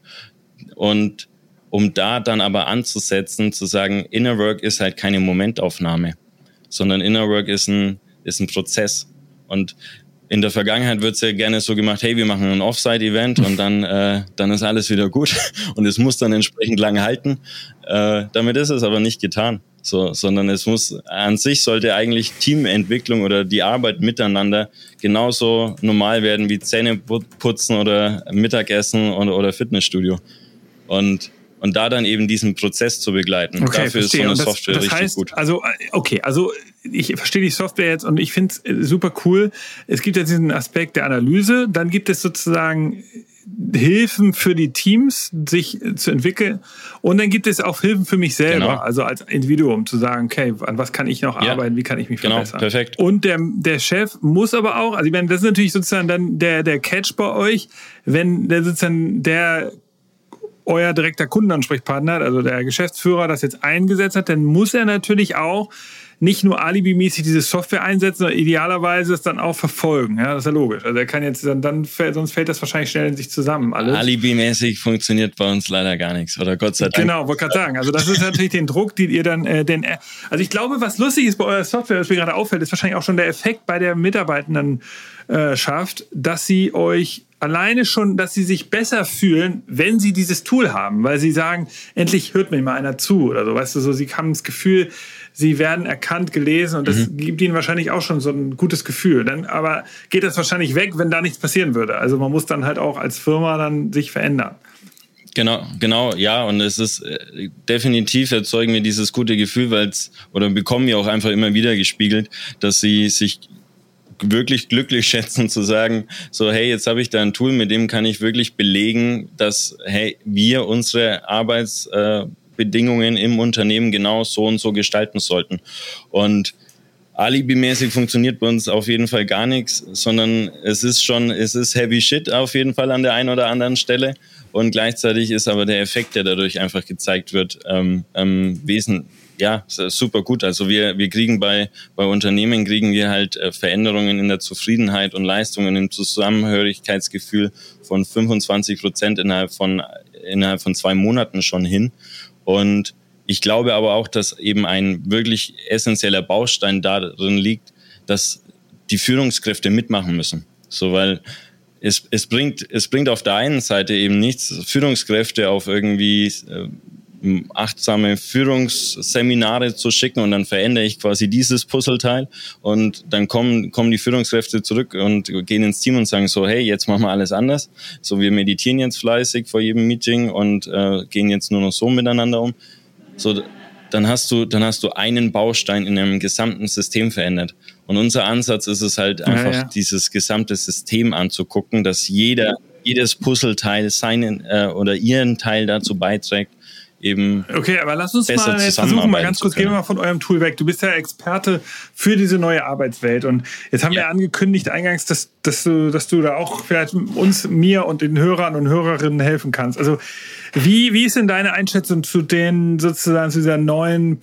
Und um da dann aber anzusetzen, zu sagen, Inner Work ist halt keine Momentaufnahme, sondern Inner Work ist ein, ist ein Prozess. Und in der Vergangenheit wird es ja gerne so gemacht, hey, wir machen ein Offsite-Event und dann, äh, dann ist alles wieder gut und es muss dann entsprechend lang halten. Äh, damit ist es aber nicht getan. So, sondern es muss, an sich sollte eigentlich Teamentwicklung oder die Arbeit miteinander genauso normal werden wie Zähneputzen oder Mittagessen oder, oder Fitnessstudio. Und Und da dann eben diesen Prozess zu begleiten. Okay, Dafür verstehe. ist so eine das, Software das richtig heißt, gut. Also, okay, also ich verstehe die Software jetzt und ich finde es super cool. Es gibt jetzt diesen Aspekt der Analyse, dann gibt es sozusagen Hilfen für die Teams, sich zu entwickeln. Und dann gibt es auch Hilfen für mich selber, genau. Also als Individuum zu sagen, okay, an was kann ich noch ja. arbeiten, wie kann ich mich verbessern. Genau, perfekt. Und der, der Chef muss aber auch, also ich meine, das ist natürlich sozusagen dann der, der Catch bei euch, wenn der sozusagen der euer direkter Kundenansprechpartner, also der Geschäftsführer, das jetzt eingesetzt hat, dann muss er natürlich auch nicht nur alibimäßig diese Software einsetzen, sondern idealerweise es dann auch verfolgen. Ja, das ist ja logisch. Also er kann jetzt dann, dann sonst fällt das wahrscheinlich schnell in sich zusammen alles. Alibimäßig funktioniert bei uns leider gar nichts, oder Gott sei Dank. Genau, wollte gerade sagen. Also das ist natürlich den Druck, den ihr dann, äh, den, also ich glaube, was lustig ist bei eurer Software, was mir gerade auffällt, ist wahrscheinlich auch schon der Effekt bei der Mitarbeitenden äh, schafft, dass sie euch alleine schon, dass sie sich besser fühlen, wenn sie dieses Tool haben, weil sie sagen, endlich hört mir mal einer zu oder so, weißt du, so, sie haben das Gefühl, sie werden erkannt, gelesen und das mhm. gibt ihnen wahrscheinlich auch schon so ein gutes Gefühl. Dann aber geht das wahrscheinlich weg, wenn da nichts passieren würde. Also man muss dann halt auch als Firma dann sich verändern. Genau, genau, ja, und es ist äh, definitiv erzeugen wir dieses gute Gefühl, weil es, oder bekommen wir auch einfach immer wieder gespiegelt, dass sie sich wirklich glücklich schätzen zu sagen, so hey, jetzt habe ich da ein Tool, mit dem kann ich wirklich belegen, dass hey, wir unsere Arbeitsbedingungen äh, im Unternehmen genau so und so gestalten sollten. Und alibimäßig funktioniert bei uns auf jeden Fall gar nichts, sondern es ist schon, es ist heavy shit auf jeden Fall an der einen oder anderen Stelle und gleichzeitig ist aber der Effekt, der dadurch einfach gezeigt wird, ähm, ähm, wesentlich. Ja, super gut. Also wir wir kriegen bei bei Unternehmen kriegen wir halt äh, Veränderungen in der Zufriedenheit und Leistungen im Zusammenhörigkeitsgefühl von fünfundzwanzig Prozent innerhalb von innerhalb von zwei Monaten schon hin. Und ich glaube aber auch, dass eben ein wirklich essentieller Baustein darin liegt, dass die Führungskräfte mitmachen müssen. So, weil es es bringt es bringt auf der einen Seite eben nichts, Führungskräfte auf irgendwie äh, achtsame Führungsseminare zu schicken und dann verändere ich quasi dieses Puzzleteil und dann kommen kommen die Führungskräfte zurück und gehen ins Team und sagen so, hey, jetzt machen wir alles anders. So, wir meditieren jetzt fleißig vor jedem Meeting und äh, gehen jetzt nur noch so miteinander um. So, dann hast du dann hast du einen Baustein in einem gesamten System verändert. Und unser Ansatz ist es halt einfach, ja, ja. dieses gesamte System anzugucken, dass jeder jedes Puzzleteil seinen äh, oder ihren Teil dazu beiträgt, eben. Okay, aber lass uns mal jetzt versuchen, mal ganz kurz, gehen wir mal von eurem Tool weg. Du bist ja Experte für diese neue Arbeitswelt und jetzt haben ja. wir angekündigt eingangs, dass, dass, du, dass du da auch vielleicht uns, mir und den Hörern und Hörerinnen helfen kannst. Also wie, wie ist denn deine Einschätzung zu den sozusagen zu dieser neuen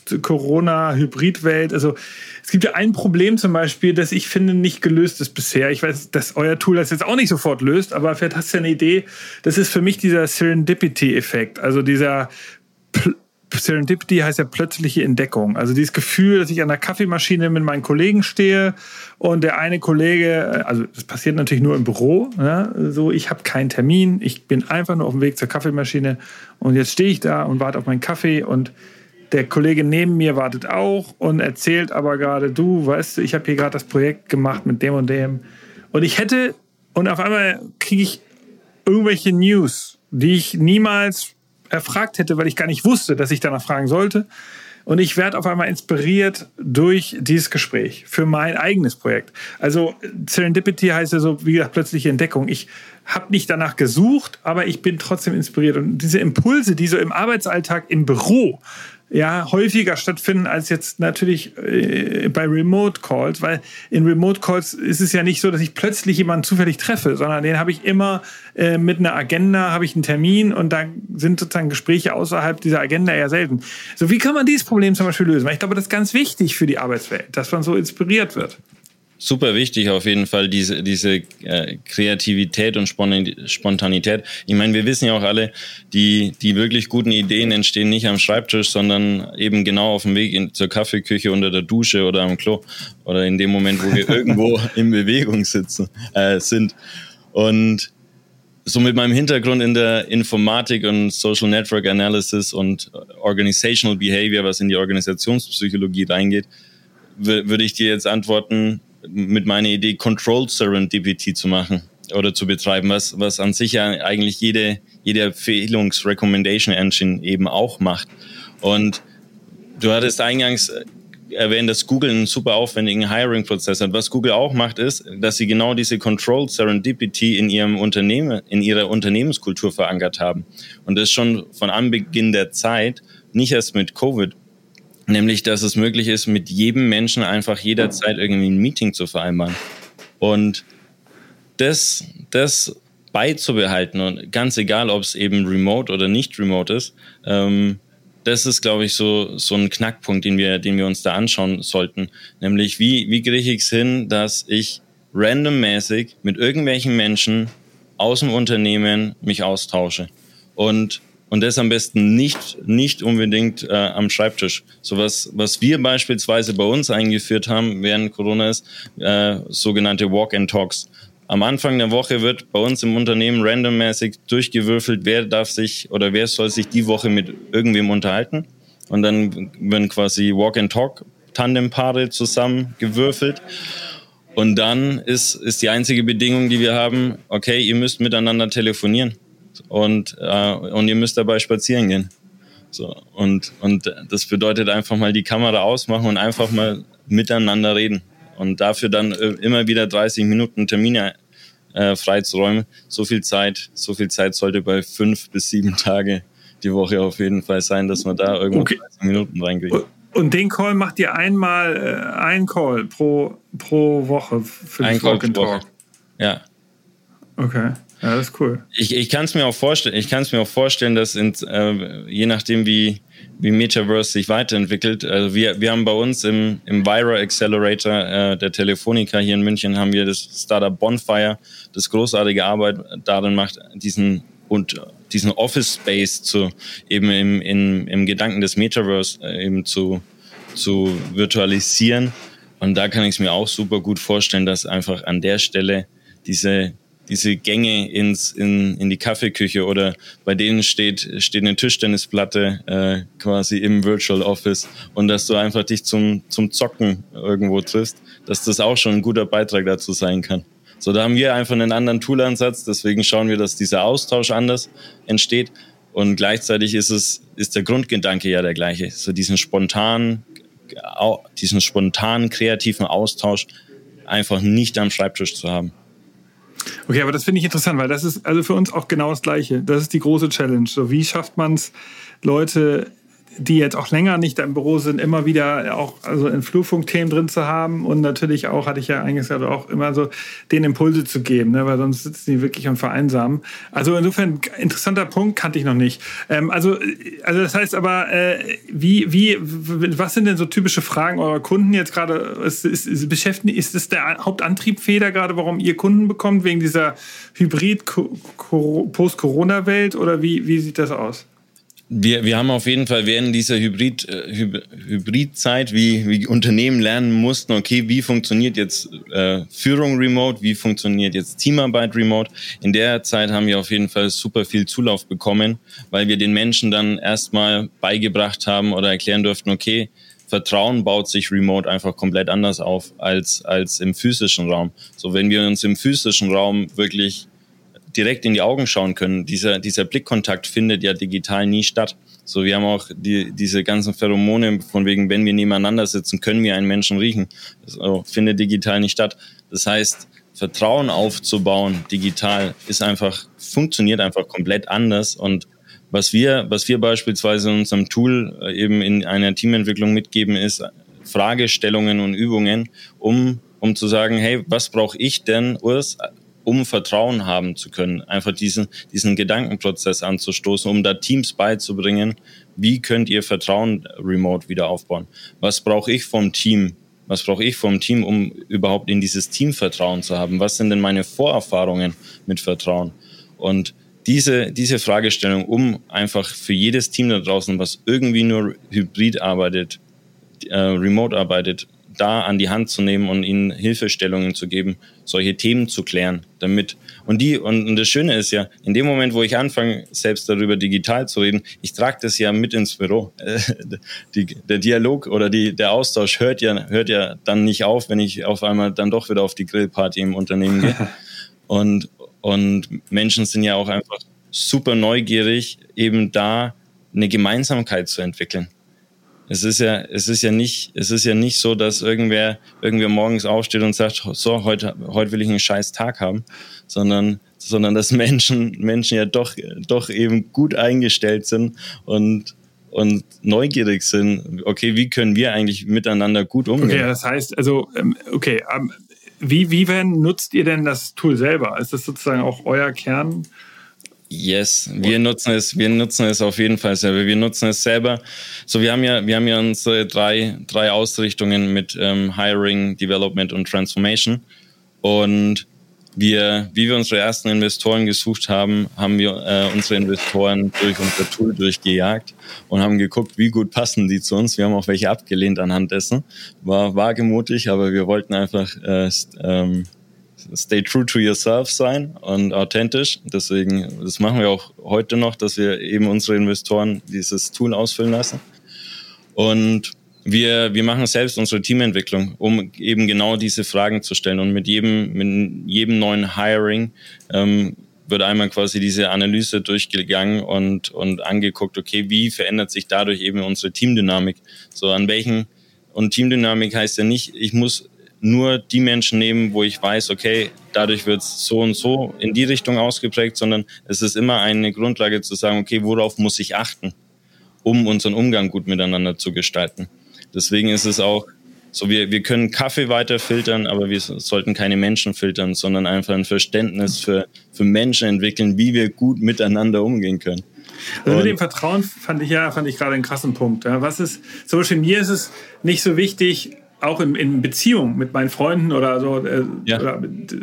Post-Corona-Hybrid-Welt? Also es gibt ja ein Problem zum Beispiel, das ich finde nicht gelöst ist bisher. Ich weiß, dass euer Tool das jetzt auch nicht sofort löst, aber vielleicht hast du ja eine Idee. Das ist für mich dieser Serendipity-Effekt, also dieser Pl- Serendipity heißt ja plötzliche Entdeckung. Also dieses Gefühl, dass ich an der Kaffeemaschine mit meinen Kollegen stehe und der eine Kollege, also das passiert natürlich nur im Büro, ja, so ich habe keinen Termin, ich bin einfach nur auf dem Weg zur Kaffeemaschine und jetzt stehe ich da und warte auf meinen Kaffee und der Kollege neben mir wartet auch und erzählt aber gerade, du, weißt du, ich habe hier gerade das Projekt gemacht mit dem und dem und ich hätte, und auf einmal kriege ich irgendwelche News, die ich niemals erfragt hätte, weil ich gar nicht wusste, dass ich danach fragen sollte. Und ich werde auf einmal inspiriert durch dieses Gespräch für mein eigenes Projekt. Also Serendipity heißt ja so, wie gesagt, plötzliche Entdeckung. Ich habe nicht danach gesucht, aber ich bin trotzdem inspiriert. Und diese Impulse, die so im Arbeitsalltag im Büro ja häufiger stattfinden als jetzt natürlich äh, bei Remote Calls, weil in Remote Calls ist es ja nicht so, dass ich plötzlich jemanden zufällig treffe, sondern den habe ich immer äh, mit einer Agenda, habe ich einen Termin und da sind sozusagen Gespräche außerhalb dieser Agenda eher selten. So, wie kann man dieses Problem zum Beispiel lösen? Weil ich glaube, das ist ganz wichtig für die Arbeitswelt, dass man so inspiriert wird. Super wichtig auf jeden Fall, diese diese äh, Kreativität und Spontanität. Ich meine, wir wissen ja auch alle, die die wirklich guten Ideen entstehen nicht am Schreibtisch, sondern eben genau auf dem Weg in, zur Kaffeeküche, unter der Dusche oder am Klo oder in dem Moment, wo wir irgendwo in Bewegung sitzen äh, sind. Und so mit meinem Hintergrund in der Informatik und Social Network Analysis und Organizational Behavior, was in die Organisationspsychologie reingeht, w- würde ich dir jetzt antworten mit meiner Idee, Controlled Serendipity zu machen oder zu betreiben, was, was an sich ja eigentlich jede, jede Empfehlungs-Recommendation-Engine eben auch macht. Und du hattest eingangs erwähnt, dass Google einen super aufwendigen Hiring-Prozess hat. Was Google auch macht, ist, dass sie genau diese Controlled Serendipity in ihrem Unternehmen, in ihrer Unternehmenskultur verankert haben. Und das schon von Anbeginn der Zeit, nicht erst mit Covid, nämlich, dass es möglich ist, mit jedem Menschen einfach jederzeit irgendwie ein Meeting zu vereinbaren. Und das, das beizubehalten, und ganz egal, ob es eben remote oder nicht remote ist, ähm, das ist, glaube ich, so, so ein Knackpunkt, den wir, den wir uns da anschauen sollten. Nämlich, wie, wie kriege ich es hin, dass ich randommäßig mit irgendwelchen Menschen aus dem Unternehmen mich austausche. Und Und das am besten nicht, nicht unbedingt äh, am Schreibtisch. So was, was wir beispielsweise bei uns eingeführt haben während Corona ist, äh, sogenannte Walk-and-Talks. Am Anfang der Woche wird bei uns im Unternehmen randommäßig durchgewürfelt, wer darf sich oder wer soll sich die Woche mit irgendwem unterhalten. Und dann werden quasi Walk-and-Talk-Tandempaare zusammengewürfelt. Und dann ist, ist die einzige Bedingung, die wir haben, okay, ihr müsst miteinander telefonieren. Und, äh, und ihr müsst dabei spazieren gehen. So, und, und das bedeutet einfach mal die Kamera ausmachen und einfach mal miteinander reden. Und dafür dann immer wieder dreißig Minuten Termine äh, freizuräumen. So viel Zeit, so viel Zeit sollte bei fünf bis sieben Tage die Woche auf jeden Fall sein, dass man da irgendwo okay. dreißig Minuten reinkriegt. Und den Call macht ihr einmal, äh, ein Call pro, pro Woche für ein das Walk and Talk? Ja. Okay. Ja, das ist cool. Ich, ich kann es mir auch vorstellen, ich kann es mir auch vorstellen, dass in, äh, je nachdem wie, wie Metaverse sich weiterentwickelt, also wir, wir haben bei uns im, im Vira Accelerator äh, der Telefonica hier in München haben wir das Startup Bonfire, das großartige Arbeit darin macht, diesen und diesen Office Space zu eben im, im, im Gedanken des Metaverse äh, eben zu, zu virtualisieren. Und da kann ich es mir auch super gut vorstellen, dass einfach an der Stelle diese diese Gänge ins, in, in die Kaffeeküche oder bei denen steht, steht eine Tischtennisplatte äh, quasi im Virtual Office und dass du einfach dich zum, zum Zocken irgendwo triffst, dass das auch schon ein guter Beitrag dazu sein kann. So, da haben wir einfach einen anderen Toolansatz, deswegen schauen wir, dass dieser Austausch anders entsteht und gleichzeitig ist es, ist der Grundgedanke ja der gleiche, so diesen spontanen, diesen spontanen, kreativen Austausch einfach nicht am Schreibtisch zu haben. Okay, aber das finde ich interessant, weil das ist also für uns auch genau das Gleiche. Das ist die große Challenge. So, wie schafft man es, Leute, die jetzt auch länger nicht im Büro sind, immer wieder auch also in Flurfunkthemen drin zu haben und natürlich auch, hatte ich ja eigentlich gesagt, auch immer so den Impulse zu geben, ne, weil sonst sitzen die wirklich und vereinsamen. Also insofern, interessanter Punkt, kannte ich noch nicht. Ähm, also, also das heißt aber, äh, wie, wie, was sind denn so typische Fragen eurer Kunden jetzt gerade? Ist, ist, ist, beschäftigen, ist das der Hauptantriebfeder gerade, warum ihr Kunden bekommt, wegen dieser Hybrid-Post-Corona-Welt oder wie, wie sieht das aus? Wir, wir haben auf jeden Fall während dieser Hybrid, äh, Hybridzeit, wie, wie Unternehmen lernen mussten, okay, wie funktioniert jetzt äh, Führung remote, wie funktioniert jetzt Teamarbeit remote. In der Zeit haben wir auf jeden Fall super viel Zulauf bekommen, weil wir den Menschen dann erstmal beigebracht haben oder erklären durften, okay, Vertrauen baut sich remote einfach komplett anders auf als, als im physischen Raum. So, wenn wir uns im physischen Raum wirklich direkt in die Augen schauen können. Dieser, dieser Blickkontakt findet ja digital nie statt. So, wir haben auch die, diese ganzen Pheromone, von wegen, wenn wir nebeneinander sitzen, können wir einen Menschen riechen. Das also, findet digital nicht statt. Das heißt, Vertrauen aufzubauen digital ist einfach, funktioniert einfach komplett anders. Und was wir, was wir beispielsweise in unserem Tool eben in einer Teamentwicklung mitgeben, ist Fragestellungen und Übungen, um, um zu sagen, hey, was brauche ich denn, Urs, um Vertrauen haben zu können, einfach diesen, diesen Gedankenprozess anzustoßen, um da Teams beizubringen, wie könnt ihr Vertrauen remote wieder aufbauen? Was brauche ich vom Team? Was brauche ich vom Team, um überhaupt in dieses Team Vertrauen zu haben? Was sind denn meine Vorerfahrungen mit Vertrauen? Und diese, diese Fragestellung, um einfach für jedes Team da draußen, was irgendwie nur hybrid arbeitet, äh, remote arbeitet, da an die Hand zu nehmen und ihnen Hilfestellungen zu geben, solche Themen zu klären, damit und die und, und das Schöne ist ja, in dem Moment, wo ich anfange, selbst darüber digital zu reden, ich trage das ja mit ins Büro. Die, der Dialog oder die, der Austausch hört ja hört ja dann nicht auf, wenn ich auf einmal dann doch wieder auf die Grillparty im Unternehmen gehe. und und Menschen sind ja auch einfach super neugierig, eben da eine Gemeinsamkeit zu entwickeln. Es ist ja, es ist ja nicht, es ist ja nicht so, dass irgendwer, irgendwer morgens aufsteht und sagt, so, heute, heute will ich einen scheiß Tag haben, sondern, sondern dass Menschen, Menschen ja doch, doch eben gut eingestellt sind und, und neugierig sind. Okay, wie können wir eigentlich miteinander gut umgehen? Okay, das heißt, also, okay, wie, wie nutzt ihr denn das Tool selber? Ist das sozusagen auch euer Kern? Yes, wir nutzen es, wir nutzen es auf jeden Fall selber. Wir nutzen es selber. So, wir haben ja, wir haben ja unsere drei, drei Ausrichtungen mit ähm, Hiring, Development und Transformation. Und wir, wie wir unsere ersten Investoren gesucht haben, haben wir äh, unsere Investoren durch unser Tool durchgejagt und haben geguckt, wie gut passen die zu uns. Wir haben auch welche abgelehnt anhand dessen. War wagemutig, aber wir wollten einfach äh, ähm, stay true to yourself sein und authentisch. Deswegen, das machen wir auch heute noch, dass wir eben unsere Investoren dieses Tool ausfüllen lassen. Und wir, wir machen selbst unsere Teamentwicklung, um eben genau diese Fragen zu stellen. Und mit jedem, mit jedem neuen Hiring ähm, wird einmal quasi diese Analyse durchgegangen und, und angeguckt, okay, wie verändert sich dadurch eben unsere Teamdynamik? So, an welchen, und Teamdynamik heißt ja nicht, ich muss nur die Menschen nehmen, wo ich weiß, okay, dadurch wird es so und so in die Richtung ausgeprägt, sondern es ist immer eine Grundlage zu sagen, okay, worauf muss ich achten, um unseren Umgang gut miteinander zu gestalten. Deswegen ist es auch so, wir, wir können Kaffee weiter filtern, aber wir sollten keine Menschen filtern, sondern einfach ein Verständnis für, für Menschen entwickeln, wie wir gut miteinander umgehen können. Also mit dem Vertrauen fand ich ja, fand ich gerade einen krassen Punkt. Ja. Was ist, zum Beispiel mir ist es nicht so wichtig, auch in, in Beziehung mit meinen Freunden oder so, äh, ja. oder,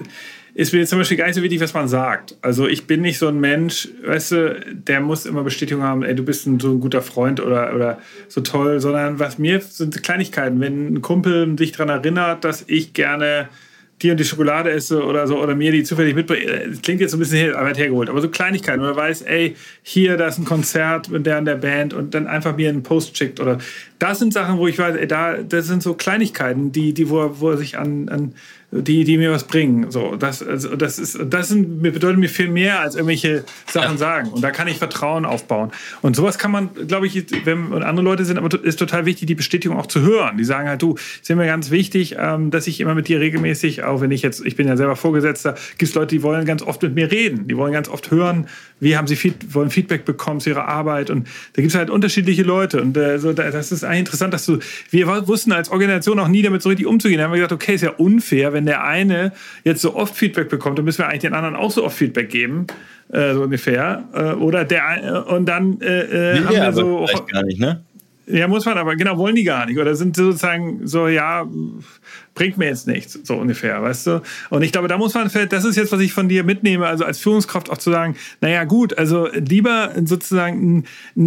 ist mir zum Beispiel gar nicht so wichtig, was man sagt. Also ich bin nicht so ein Mensch, weißt du, der muss immer Bestätigung haben, ey, du bist ein, so ein guter Freund oder, oder so toll, sondern was mir sind Kleinigkeiten. Wenn ein Kumpel sich daran erinnert, dass ich gerne die und die Schokolade esse oder so, oder mir die zufällig mitbringt, das klingt jetzt so ein bisschen weit hergeholt, aber so Kleinigkeiten, oder weiß, ey, hier, da ist ein Konzert mit der und der Band und dann einfach mir einen Post schickt oder das sind Sachen, wo ich weiß, ey, da, das sind so Kleinigkeiten, die, die, wo er, wo er sich an, an die, die mir was bringen. So, das, also das ist, das sind, bedeutet mir viel mehr als irgendwelche Sachen ja. sagen. Und da kann ich Vertrauen aufbauen. Und sowas kann man, glaube ich, wenn und andere Leute sind, aber ist total wichtig, die Bestätigung auch zu hören. Die sagen halt, du, ist mir ganz wichtig, ähm, dass ich immer mit dir regelmäßig, auch wenn ich jetzt, ich bin ja selber Vorgesetzter, gibt es Leute, die wollen ganz oft mit mir reden. Die wollen ganz oft hören, wie haben sie Feed, wollen Feedback bekommen zu ihrer Arbeit. Und da gibt es halt unterschiedliche Leute. Und äh, so, das ist eigentlich interessant, dass du, wir wussten als Organisation auch nie damit so richtig umzugehen. Da haben wir gesagt, okay, ist ja unfair, wenn der eine jetzt so oft Feedback bekommt, dann müssen wir eigentlich den anderen auch so oft Feedback geben, äh, so ungefähr. Äh, oder der, und dann äh, haben wir so. Vielleicht gar nicht, ne? Ja, muss man, aber genau, wollen die gar nicht. Oder sind sozusagen so, ja, bringt mir jetzt nichts, so ungefähr, weißt du? Und ich glaube, da muss man, das ist jetzt, was ich von dir mitnehme, also als Führungskraft auch zu sagen, naja, gut, also lieber sozusagen,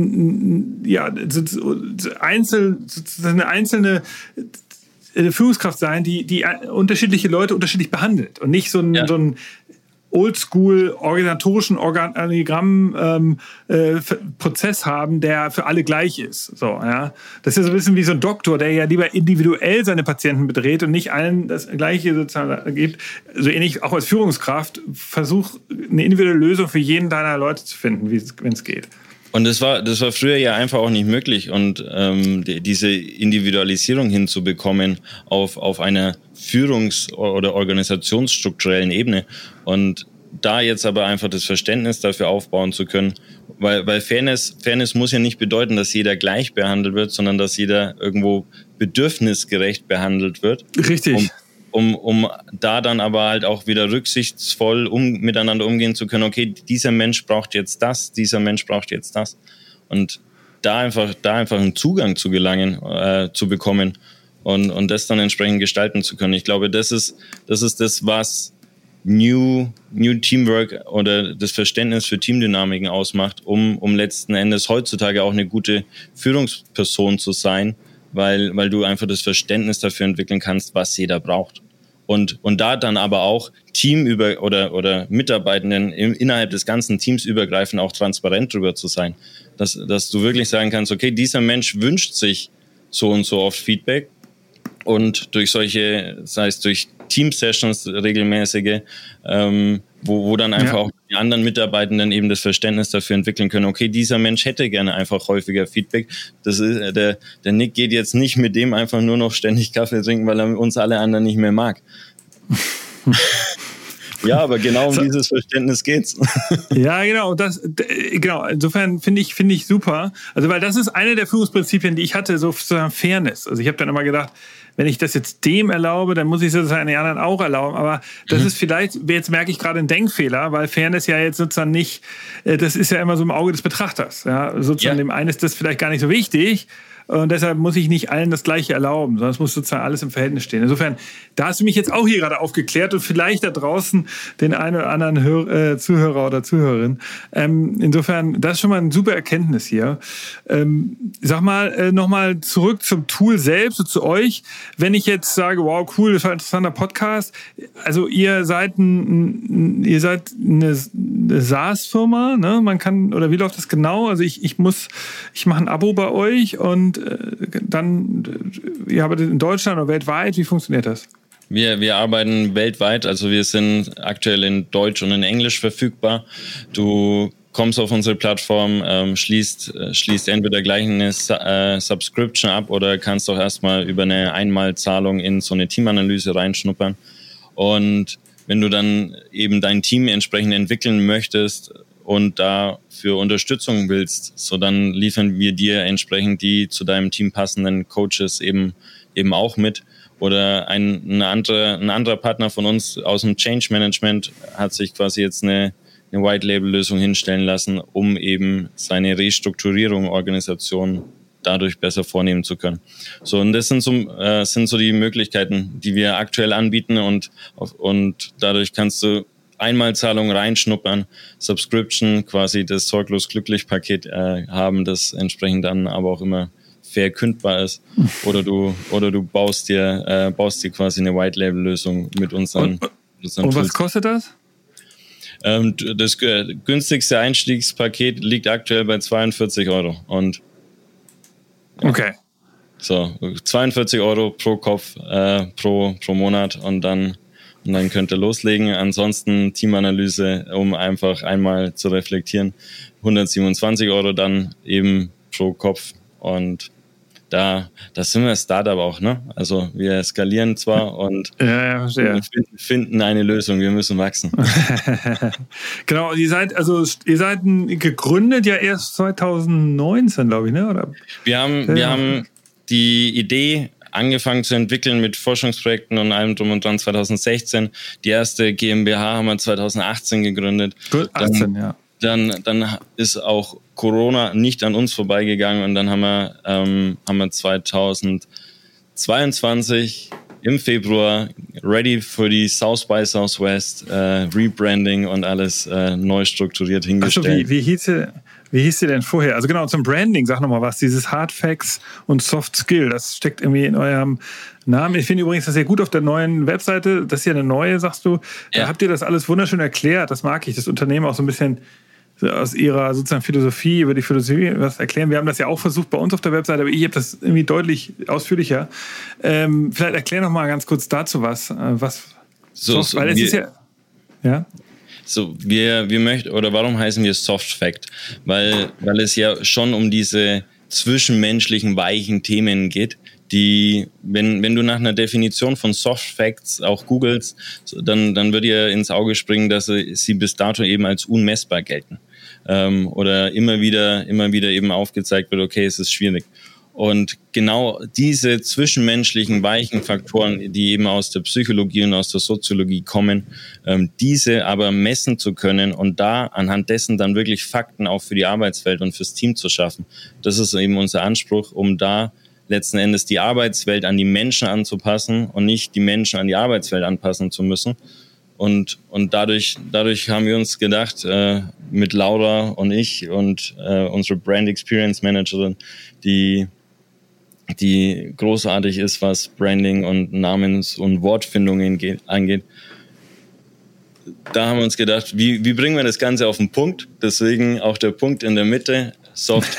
ja, einzel, sozusagen eine einzelne Führungskraft sein, die, die unterschiedliche Leute unterschiedlich behandelt und nicht so ein, ja. so ein oldschool organisatorischen Organigramm ähm, äh, Prozess haben, der für alle gleich ist. So, ja. Das ist ja so ein bisschen wie so ein Doktor, der ja lieber individuell seine Patienten bedreht und nicht allen das Gleiche sozusagen gibt. So ähnlich auch als Führungskraft, versuch eine individuelle Lösung für jeden deiner Leute zu finden, wenn es geht. Und das war, das war früher ja einfach auch nicht möglich. Und ähm, die, diese Individualisierung hinzubekommen auf, auf einer Führungs- oder organisationsstrukturellen Ebene. Und da jetzt aber einfach das Verständnis dafür aufbauen zu können, weil, weil Fairness, Fairness muss ja nicht bedeuten, dass jeder gleich behandelt wird, sondern dass jeder irgendwo bedürfnisgerecht behandelt wird. Richtig. Um, Um, um da dann aber halt auch wieder rücksichtsvoll um, miteinander umgehen zu können, okay, dieser Mensch braucht jetzt das, dieser Mensch braucht jetzt das. Und da einfach, da einfach einen Zugang zu gelangen, äh, zu bekommen und, und das dann entsprechend gestalten zu können. Ich glaube, das ist, das ist das, was New, New Teamwork oder das Verständnis für Teamdynamiken ausmacht, um, um letzten Endes heutzutage auch eine gute Führungsperson zu sein, weil, weil du einfach das Verständnis dafür entwickeln kannst, was jeder braucht. Und, und da dann aber auch Team über oder, oder Mitarbeitenden im, innerhalb des ganzen Teams übergreifend auch transparent drüber zu sein. Dass, dass du wirklich sagen kannst, okay, dieser Mensch wünscht sich so und so oft Feedback und durch solche, sei es durch Team-Sessions regelmäßige, ähm, wo, wo dann einfach ja. auch die anderen Mitarbeitenden eben das Verständnis dafür entwickeln können, okay, dieser Mensch hätte gerne einfach häufiger Feedback. Das ist, der, der Nick geht jetzt nicht mit dem einfach nur noch ständig Kaffee trinken, weil er uns alle anderen nicht mehr mag. Ja, aber genau um so. Dieses Verständnis geht's. Ja, genau. Das, genau. Insofern finde ich, finde ich super. Also, weil das ist eine der Führungsprinzipien, die ich hatte, so sozusagen Fairness. Also, ich habe dann immer gedacht, wenn ich das jetzt dem erlaube, dann muss ich es sozusagen den anderen auch erlauben. Aber das mhm. ist vielleicht, jetzt merke ich gerade einen Denkfehler, weil Fairness ja jetzt sozusagen nicht, das ist ja immer so im Auge des Betrachters. Ja, sozusagen ja. Dem einen ist das vielleicht gar nicht so wichtig. Und deshalb muss ich nicht allen das Gleiche erlauben, sondern es muss sozusagen alles im Verhältnis stehen. Insofern, da hast du mich jetzt auch hier gerade aufgeklärt und vielleicht da draußen den einen oder anderen Hör, äh, Zuhörer oder Zuhörerin. Ähm, insofern, das ist schon mal eine super Erkenntnis hier. Ähm, sag mal, äh, nochmal zurück zum Tool selbst und zu euch. Wenn ich jetzt sage, wow, cool, das war ein interessanter Podcast. Also ihr seid, ein, ihr seid eine, eine SaaS-Firma, ne? Man kann, oder wie läuft das genau? Also ich, ich muss, ich mache ein Abo bei euch und dann, ihr arbeitet in Deutschland oder weltweit, wie funktioniert das? Wir, wir arbeiten weltweit, also wir sind aktuell in Deutsch und in Englisch verfügbar. Du kommst auf unsere Plattform, ähm, schließt, äh, schließt entweder gleich eine äh, Subscription ab oder kannst auch erstmal über eine Einmalzahlung in so eine Teamanalyse reinschnuppern. Und wenn du dann eben dein Team entsprechend entwickeln möchtest und dafür Unterstützung willst, so dann liefern wir dir entsprechend die zu deinem Team passenden Coaches eben eben auch mit. Oder ein, eine andere, ein anderer Partner von uns aus dem Change Management hat sich quasi jetzt eine, eine White-Label-Lösung hinstellen lassen, um eben seine Restrukturierung, Organisation dadurch besser vornehmen zu können. So, und das sind so, äh, sind so die Möglichkeiten, die wir aktuell anbieten und, und dadurch kannst du Einmalzahlung reinschnuppern, Subscription, quasi das sorglos glücklich Paket äh, haben, das entsprechend dann aber auch immer fair kündbar ist. Oder du oder du baust dir äh, baust dir quasi eine White Label Lösung mit unseren. Und, unseren und was kostet das? Ähm, das äh, günstigste Einstiegspaket liegt aktuell bei zweiundvierzig Euro und ja. Okay. So zweiundvierzig Euro pro Kopf äh, pro pro Monat und dann Und dann könnt ihr loslegen. Ansonsten Teamanalyse, um einfach einmal zu reflektieren. hundertsiebenundzwanzig Euro dann eben pro Kopf. Und da, da sind wir Startup auch, ne? Also wir skalieren zwar und ja, ja, wir finden eine Lösung. Wir müssen wachsen. Genau. Ihr seid also ihr seid gegründet ja erst zweitausendneunzehn, glaube ich, ne? Oder? Wir haben, ja. wir haben die Idee angefangen zu entwickeln mit Forschungsprojekten und allem drum und dran zweitausendsechzehn. Die erste GmbH haben wir zweitausendachtzehn gegründet. Gut, achtzehn, dann, ja. Dann, dann ist auch Corona nicht an uns vorbeigegangen und dann haben wir, ähm, haben wir zweitausendzweiundzwanzig im Februar ready für die South by Southwest, äh, Rebranding und alles äh, neu strukturiert hingestellt. Ach so, wie, wie hieß sie? Wie hieß sie denn vorher? Also genau, zum Branding, sag nochmal was. Dieses Hard Facts und Soft Skill, das steckt irgendwie in eurem Namen. Ich finde übrigens das sehr gut auf der neuen Webseite. Das ist ja eine neue, sagst du. Da ja. habt ihr das alles wunderschön erklärt. Das mag ich. Das Unternehmen auch so ein bisschen aus ihrer sozusagen Philosophie, über die Philosophie was erklären. Wir haben das ja auch versucht bei uns auf der Webseite, aber ich habe das irgendwie deutlich ausführlicher. Ähm, vielleicht erklär noch mal ganz kurz dazu was. was so, so, weil es ist ja... Ja? So, wir, wir möchten, oder warum heißen wir Soft Fact? Weil, weil es ja schon um diese zwischenmenschlichen, weichen Themen geht, die, wenn, wenn du nach einer Definition von Soft Facts auch googelst, dann, dann wird dir ins Auge springen, dass sie bis dato eben als unmessbar gelten. Ähm, oder immer wieder, immer wieder eben aufgezeigt wird, okay, es ist schwierig. Und genau diese zwischenmenschlichen weichen Faktoren, die eben aus der Psychologie und aus der Soziologie kommen, ähm, diese aber messen zu können und da anhand dessen dann wirklich Fakten auch für die Arbeitswelt und fürs Team zu schaffen. Das ist eben unser Anspruch, um da letzten Endes die Arbeitswelt an die Menschen anzupassen und nicht die Menschen an die Arbeitswelt anpassen zu müssen. Und, und dadurch, dadurch haben wir uns gedacht, äh, mit Laura und ich und äh, unsere Brand Experience Managerin, die die großartig ist, was Branding und Namens- und Wortfindungen angeht. Da haben wir uns gedacht, wie, wie bringen wir das Ganze auf den Punkt? Deswegen auch der Punkt in der Mitte, Soft.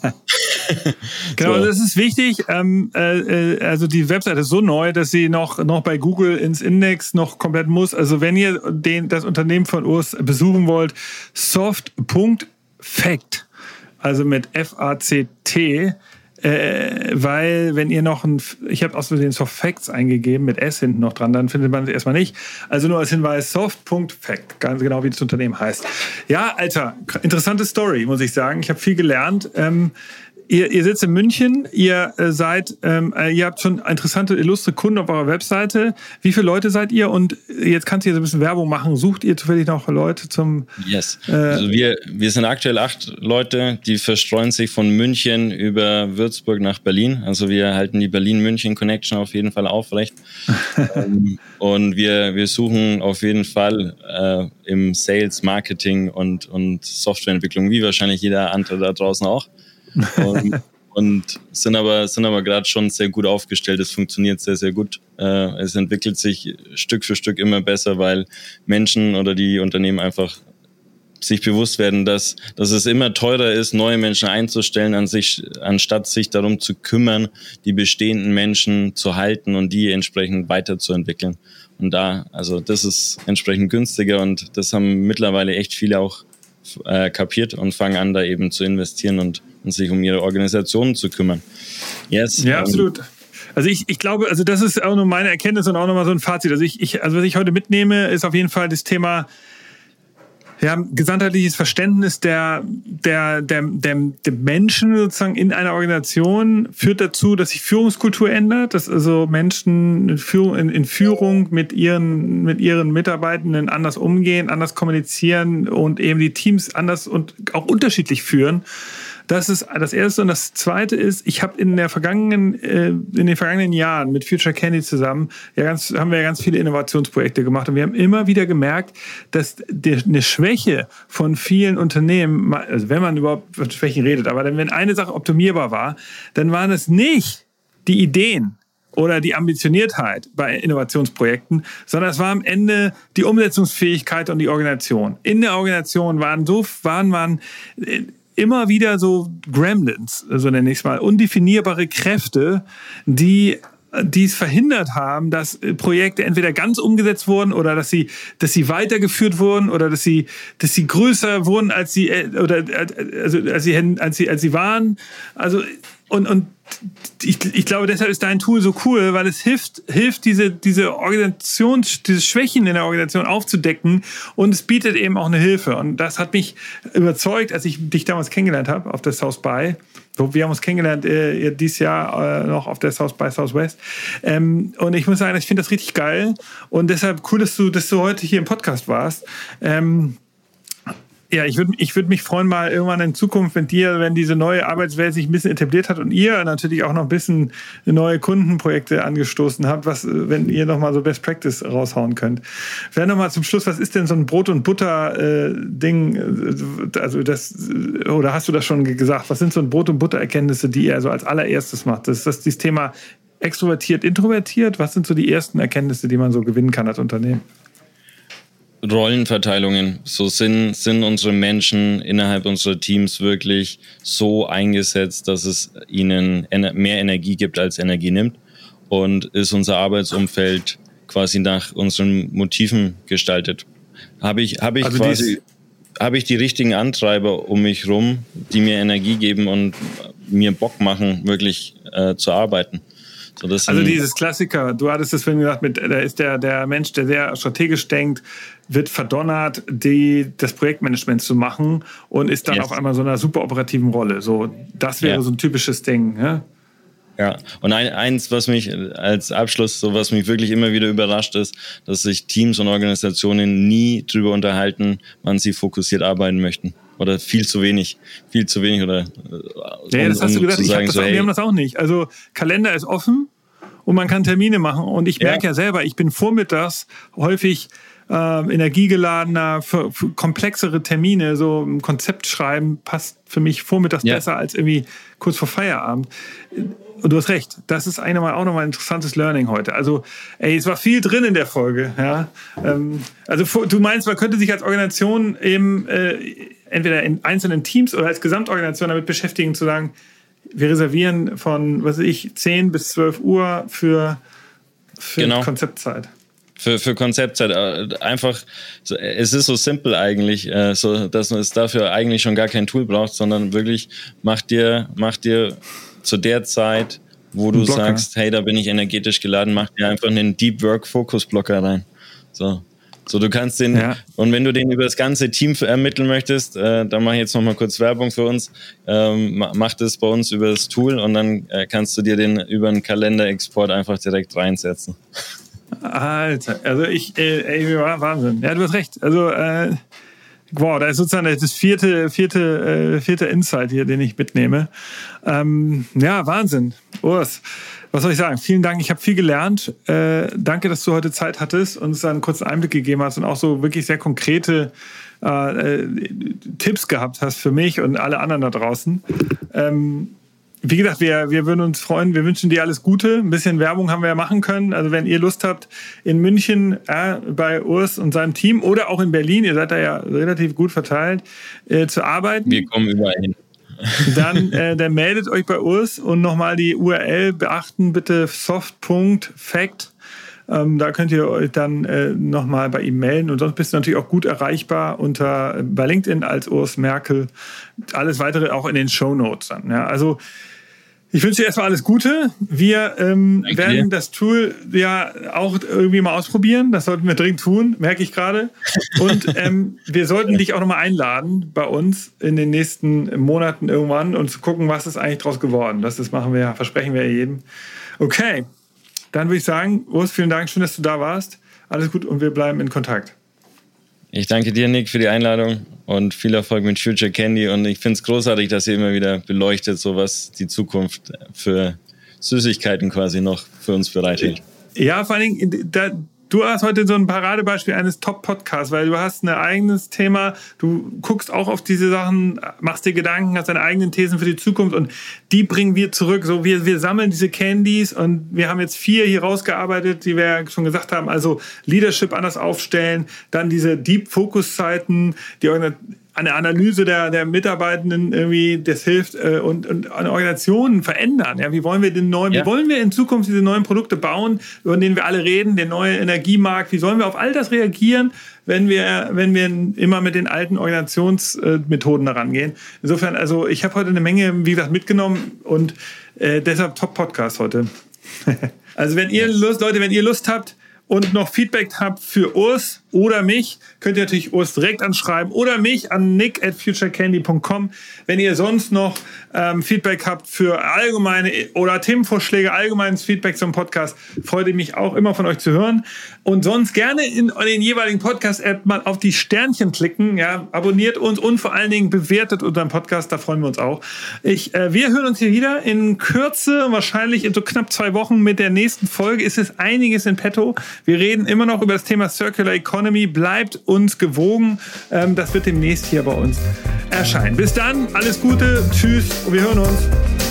Genau, so. Das ist wichtig. Ähm, äh, also die Webseite ist so neu, dass sie noch, noch bei Google ins Index noch komplett muss. Also wenn ihr den, das Unternehmen von Urs besuchen wollt, soft Punkt fact, also mit F A C T, Äh, weil wenn ihr noch ein, ich habe aus Versehen Soft Facts eingegeben mit S hinten noch dran, dann findet man es erstmal nicht. Also nur als Hinweis, soft Punkt fact, ganz genau wie das Unternehmen heißt. Ja, Alter, interessante Story, muss ich sagen. Ich habe viel gelernt. Ähm, Ihr, ihr sitzt in München, ihr äh, seid, ähm, äh, ihr habt schon interessante, illustre Kunden auf eurer Webseite. Wie viele Leute seid ihr? Und jetzt kannst du hier so ein bisschen Werbung machen. Sucht ihr zufällig noch Leute zum... Yes. Äh, also wir, wir sind aktuell acht Leute, die verstreuen sich von München über Würzburg nach Berlin. Also wir halten die Berlin-München-Connection auf jeden Fall aufrecht. ähm, und wir, wir suchen auf jeden Fall äh, im Sales, Marketing und, und Softwareentwicklung, wie wahrscheinlich jeder andere da draußen auch. und, und sind aber sind aber gerade schon sehr gut aufgestellt. Es funktioniert sehr, sehr gut. Äh, es entwickelt sich Stück für Stück immer besser, weil Menschen oder die Unternehmen einfach sich bewusst werden, dass, dass es immer teurer ist, neue Menschen einzustellen, an sich, anstatt sich darum zu kümmern, die bestehenden Menschen zu halten und die entsprechend weiterzuentwickeln. Und da, also das ist entsprechend günstiger und das haben mittlerweile echt viele auch äh, kapiert und fangen an, da eben zu investieren und und sich um ihre Organisationen zu kümmern. Yes. Ja, absolut. Also ich, ich glaube, also das ist auch nur meine Erkenntnis und auch nochmal so ein Fazit. Also ich, ich, also was ich heute mitnehme, ist auf jeden Fall das Thema, ja, gesamtheitliches Verständnis der, der, der, der, der Menschen sozusagen in einer Organisation führt dazu, dass sich Führungskultur ändert, dass also Menschen in Führung, in, in Führung mit ihren, mit ihren Mitarbeitenden anders umgehen, anders kommunizieren und eben die Teams anders und auch unterschiedlich führen. Das ist das Erste. Und das Zweite ist, ich habe in der vergangenen, äh, in den vergangenen Jahren mit Future Candy zusammen, ja ganz, haben wir ja ganz viele Innovationsprojekte gemacht und wir haben immer wieder gemerkt, dass die, eine Schwäche von vielen Unternehmen, also wenn man überhaupt von Schwächen redet, aber wenn eine Sache optimierbar war, dann waren es nicht die Ideen oder die Ambitioniertheit bei Innovationsprojekten, sondern es war am Ende die Umsetzungsfähigkeit und die Organisation. In der Organisation waren so, waren man immer wieder so Gremlins, so nenne ich es mal, undefinierbare Kräfte, die die es verhindert haben, dass Projekte entweder ganz umgesetzt wurden oder dass sie, dass sie weitergeführt wurden oder dass sie, dass sie größer wurden als sie oder also als sie als sie als sie waren. Also und und ich, ich glaube, deshalb ist dein Tool so cool, weil es hilft, hilft diese, diese Organisation, diese Schwächen in der Organisation aufzudecken und es bietet eben auch eine Hilfe. Und das hat mich überzeugt, als ich dich damals kennengelernt habe auf der South by. Wir haben uns kennengelernt äh, dieses Jahr äh, noch auf der South by Southwest. Ähm, und ich muss sagen, ich finde das richtig geil und deshalb cool, dass du, dass du heute hier im Podcast warst. Ähm, Ja, ich würde ich würd mich freuen, mal irgendwann in Zukunft mit dir, wenn diese neue Arbeitswelt sich ein bisschen etabliert hat und ihr natürlich auch noch ein bisschen neue Kundenprojekte angestoßen habt, was, wenn ihr nochmal so Best Practice raushauen könnt. Vielleicht nochmal zum Schluss, was ist denn so ein Brot- und Butter-Ding? Äh, also das, oder hast du das schon gesagt? Was sind so ein Brot- und Butter-Erkenntnisse, die ihr so als allererstes macht? Das ist das dieses Thema extrovertiert, introvertiert? Was sind so die ersten Erkenntnisse, die man so gewinnen kann als Unternehmen? Rollenverteilungen. So sind, sind unsere Menschen innerhalb unserer Teams wirklich so eingesetzt, dass es ihnen mehr Energie gibt, als Energie nimmt. Und ist unser Arbeitsumfeld quasi nach unseren Motiven gestaltet. Habe ich, habe ich also quasi, habe ich die richtigen Antreiber um mich rum, die mir Energie geben und mir Bock machen, wirklich äh, zu arbeiten. So, das also dieses Klassiker, du hattest es vorhin gesagt, mit, da ist der, der Mensch, der sehr strategisch denkt, wird verdonnert, die, das Projektmanagement zu machen und ist dann yes. auf einmal so einer super operativen Rolle. So, das wäre ja. so ein typisches Ding. Ja, ja. Und ein, eins, was mich als Abschluss, so was mich wirklich immer wieder überrascht ist, dass sich Teams und Organisationen nie drüber unterhalten, wann sie fokussiert arbeiten möchten. Oder viel zu wenig, viel zu wenig oder. Ja, um, das hast du gesagt. Ich sagen, hab das so, auch, hey, wir haben das auch nicht. Also Kalender ist offen und man kann Termine machen. Und ich merke ja, ja selber, ich bin vormittags häufig äh, energiegeladener, für, für komplexere Termine, so ein Konzept schreiben, passt für mich vormittags ja. besser als irgendwie kurz vor Feierabend. Und du hast recht, das ist eine mal auch nochmal ein interessantes Learning heute. Also, ey, es war viel drin in der Folge. Ja? Ähm, also, du meinst, man könnte sich als Organisation eben äh, entweder in einzelnen Teams oder als Gesamtorganisation damit beschäftigen, zu sagen, wir reservieren von, was weiß ich, zehn bis zwölf Uhr für, für genau. Konzeptzeit. Für, für Konzeptzeit. Einfach, es ist so simpel eigentlich, so, dass man es dafür eigentlich schon gar kein Tool braucht, sondern wirklich mach dir, mach dir zu der Zeit, wo du sagst, hey, da bin ich energetisch geladen, mach dir einfach einen Deep Work Focus Blocker rein. So. So, du kannst den, ja. und wenn du den über das ganze Team ermitteln möchtest, äh, dann mache ich jetzt nochmal kurz Werbung für uns, ähm, mach das bei uns über das Tool und dann äh, kannst du dir den über einen Kalenderexport einfach direkt reinsetzen. Alter, also ich, äh, ey, Wahnsinn. Ja, du hast recht. Also, äh, wow, da ist sozusagen das vierte, vierte, äh, vierte Insight hier, den ich mitnehme. Ähm, ja, Wahnsinn. Urs, was soll ich sagen? Vielen Dank, ich habe viel gelernt. Äh, danke, dass du heute Zeit hattest und uns da einen kurzen Einblick gegeben hast und auch so wirklich sehr konkrete äh, äh, Tipps gehabt hast für mich und alle anderen da draußen. Ähm, Wie gesagt, wir, wir würden uns freuen, wir wünschen dir alles Gute. Ein bisschen Werbung haben wir ja machen können. Also wenn ihr Lust habt, in München äh, bei Urs und seinem Team oder auch in Berlin, ihr seid da ja relativ gut verteilt, äh, zu arbeiten. Wir kommen überall hin. Dann, äh, dann meldet euch bei Urs und nochmal die U R L beachten, bitte soft punkt fact. Ähm, da könnt ihr euch dann äh, nochmal bei ihm melden. Und sonst bist du natürlich auch gut erreichbar unter bei LinkedIn als Urs Merkel. Alles weitere auch in den Shownotes dann. Ja, also ich wünsche dir erstmal alles Gute. Wir ähm, werden das Tool ja auch irgendwie mal ausprobieren. Das sollten wir dringend tun, merke ich gerade. Und ähm, wir sollten dich auch nochmal einladen bei uns in den nächsten Monaten irgendwann und zu gucken, was ist eigentlich draus geworden. Das, das machen wir ja, versprechen wir ja jedem. Okay, dann würde ich sagen, Urs, vielen Dank, schön, dass du da warst. Alles gut und wir bleiben in Kontakt. Ich danke dir, Nick, für die Einladung und viel Erfolg mit Future Candy. Und ich finde es großartig, dass ihr immer wieder beleuchtet, so was die Zukunft für Süßigkeiten quasi noch für uns bereithält. Ja, vor allen Dingen, da, du hast heute so ein Paradebeispiel eines Top-Podcasts, weil du hast ein eigenes Thema, du guckst auch auf diese Sachen, machst dir Gedanken, hast deine eigenen Thesen für die Zukunft und die bringen wir zurück. So, wir, wir sammeln diese Candies und wir haben jetzt vier hier rausgearbeitet, die wir ja schon gesagt haben, also Leadership anders aufstellen, dann diese Deep-Focus-Zeiten, die eine Analyse der, der Mitarbeitenden irgendwie, das hilft äh, und, und Organisationen verändern. Ja, wie wollen wir den neuen, ja. wie wollen wir in Zukunft diese neuen Produkte bauen, über denen wir alle reden, den neuen Energiemarkt, wie sollen wir auf all das reagieren, wenn wir, wenn wir immer mit den alten Organisationsmethoden daran gehen. Insofern, also ich habe heute eine Menge, wie gesagt, mitgenommen und äh, deshalb Top-Podcast heute. Also wenn ihr Lust, Leute, wenn ihr Lust habt, und noch Feedback habt für Urs oder mich, könnt ihr natürlich Urs direkt anschreiben oder mich an nick at futurecandy punkt com. Wenn ihr sonst noch ähm, Feedback habt für allgemeine oder Themenvorschläge, allgemeines Feedback zum Podcast, freut ich mich auch immer von euch zu hören. Und sonst gerne in, in den jeweiligen Podcast-App mal auf die Sternchen klicken. Ja, abonniert uns und vor allen Dingen bewertet unseren Podcast, da freuen wir uns auch. Ich, äh, wir hören uns hier wieder in Kürze, wahrscheinlich in so knapp zwei Wochen mit der nächsten Folge. Ist es einiges in petto. Wir reden immer noch über das Thema Circular Economy. Bleibt uns gewogen. Das wird demnächst hier bei uns erscheinen. Bis dann, alles Gute, tschüss und wir hören uns.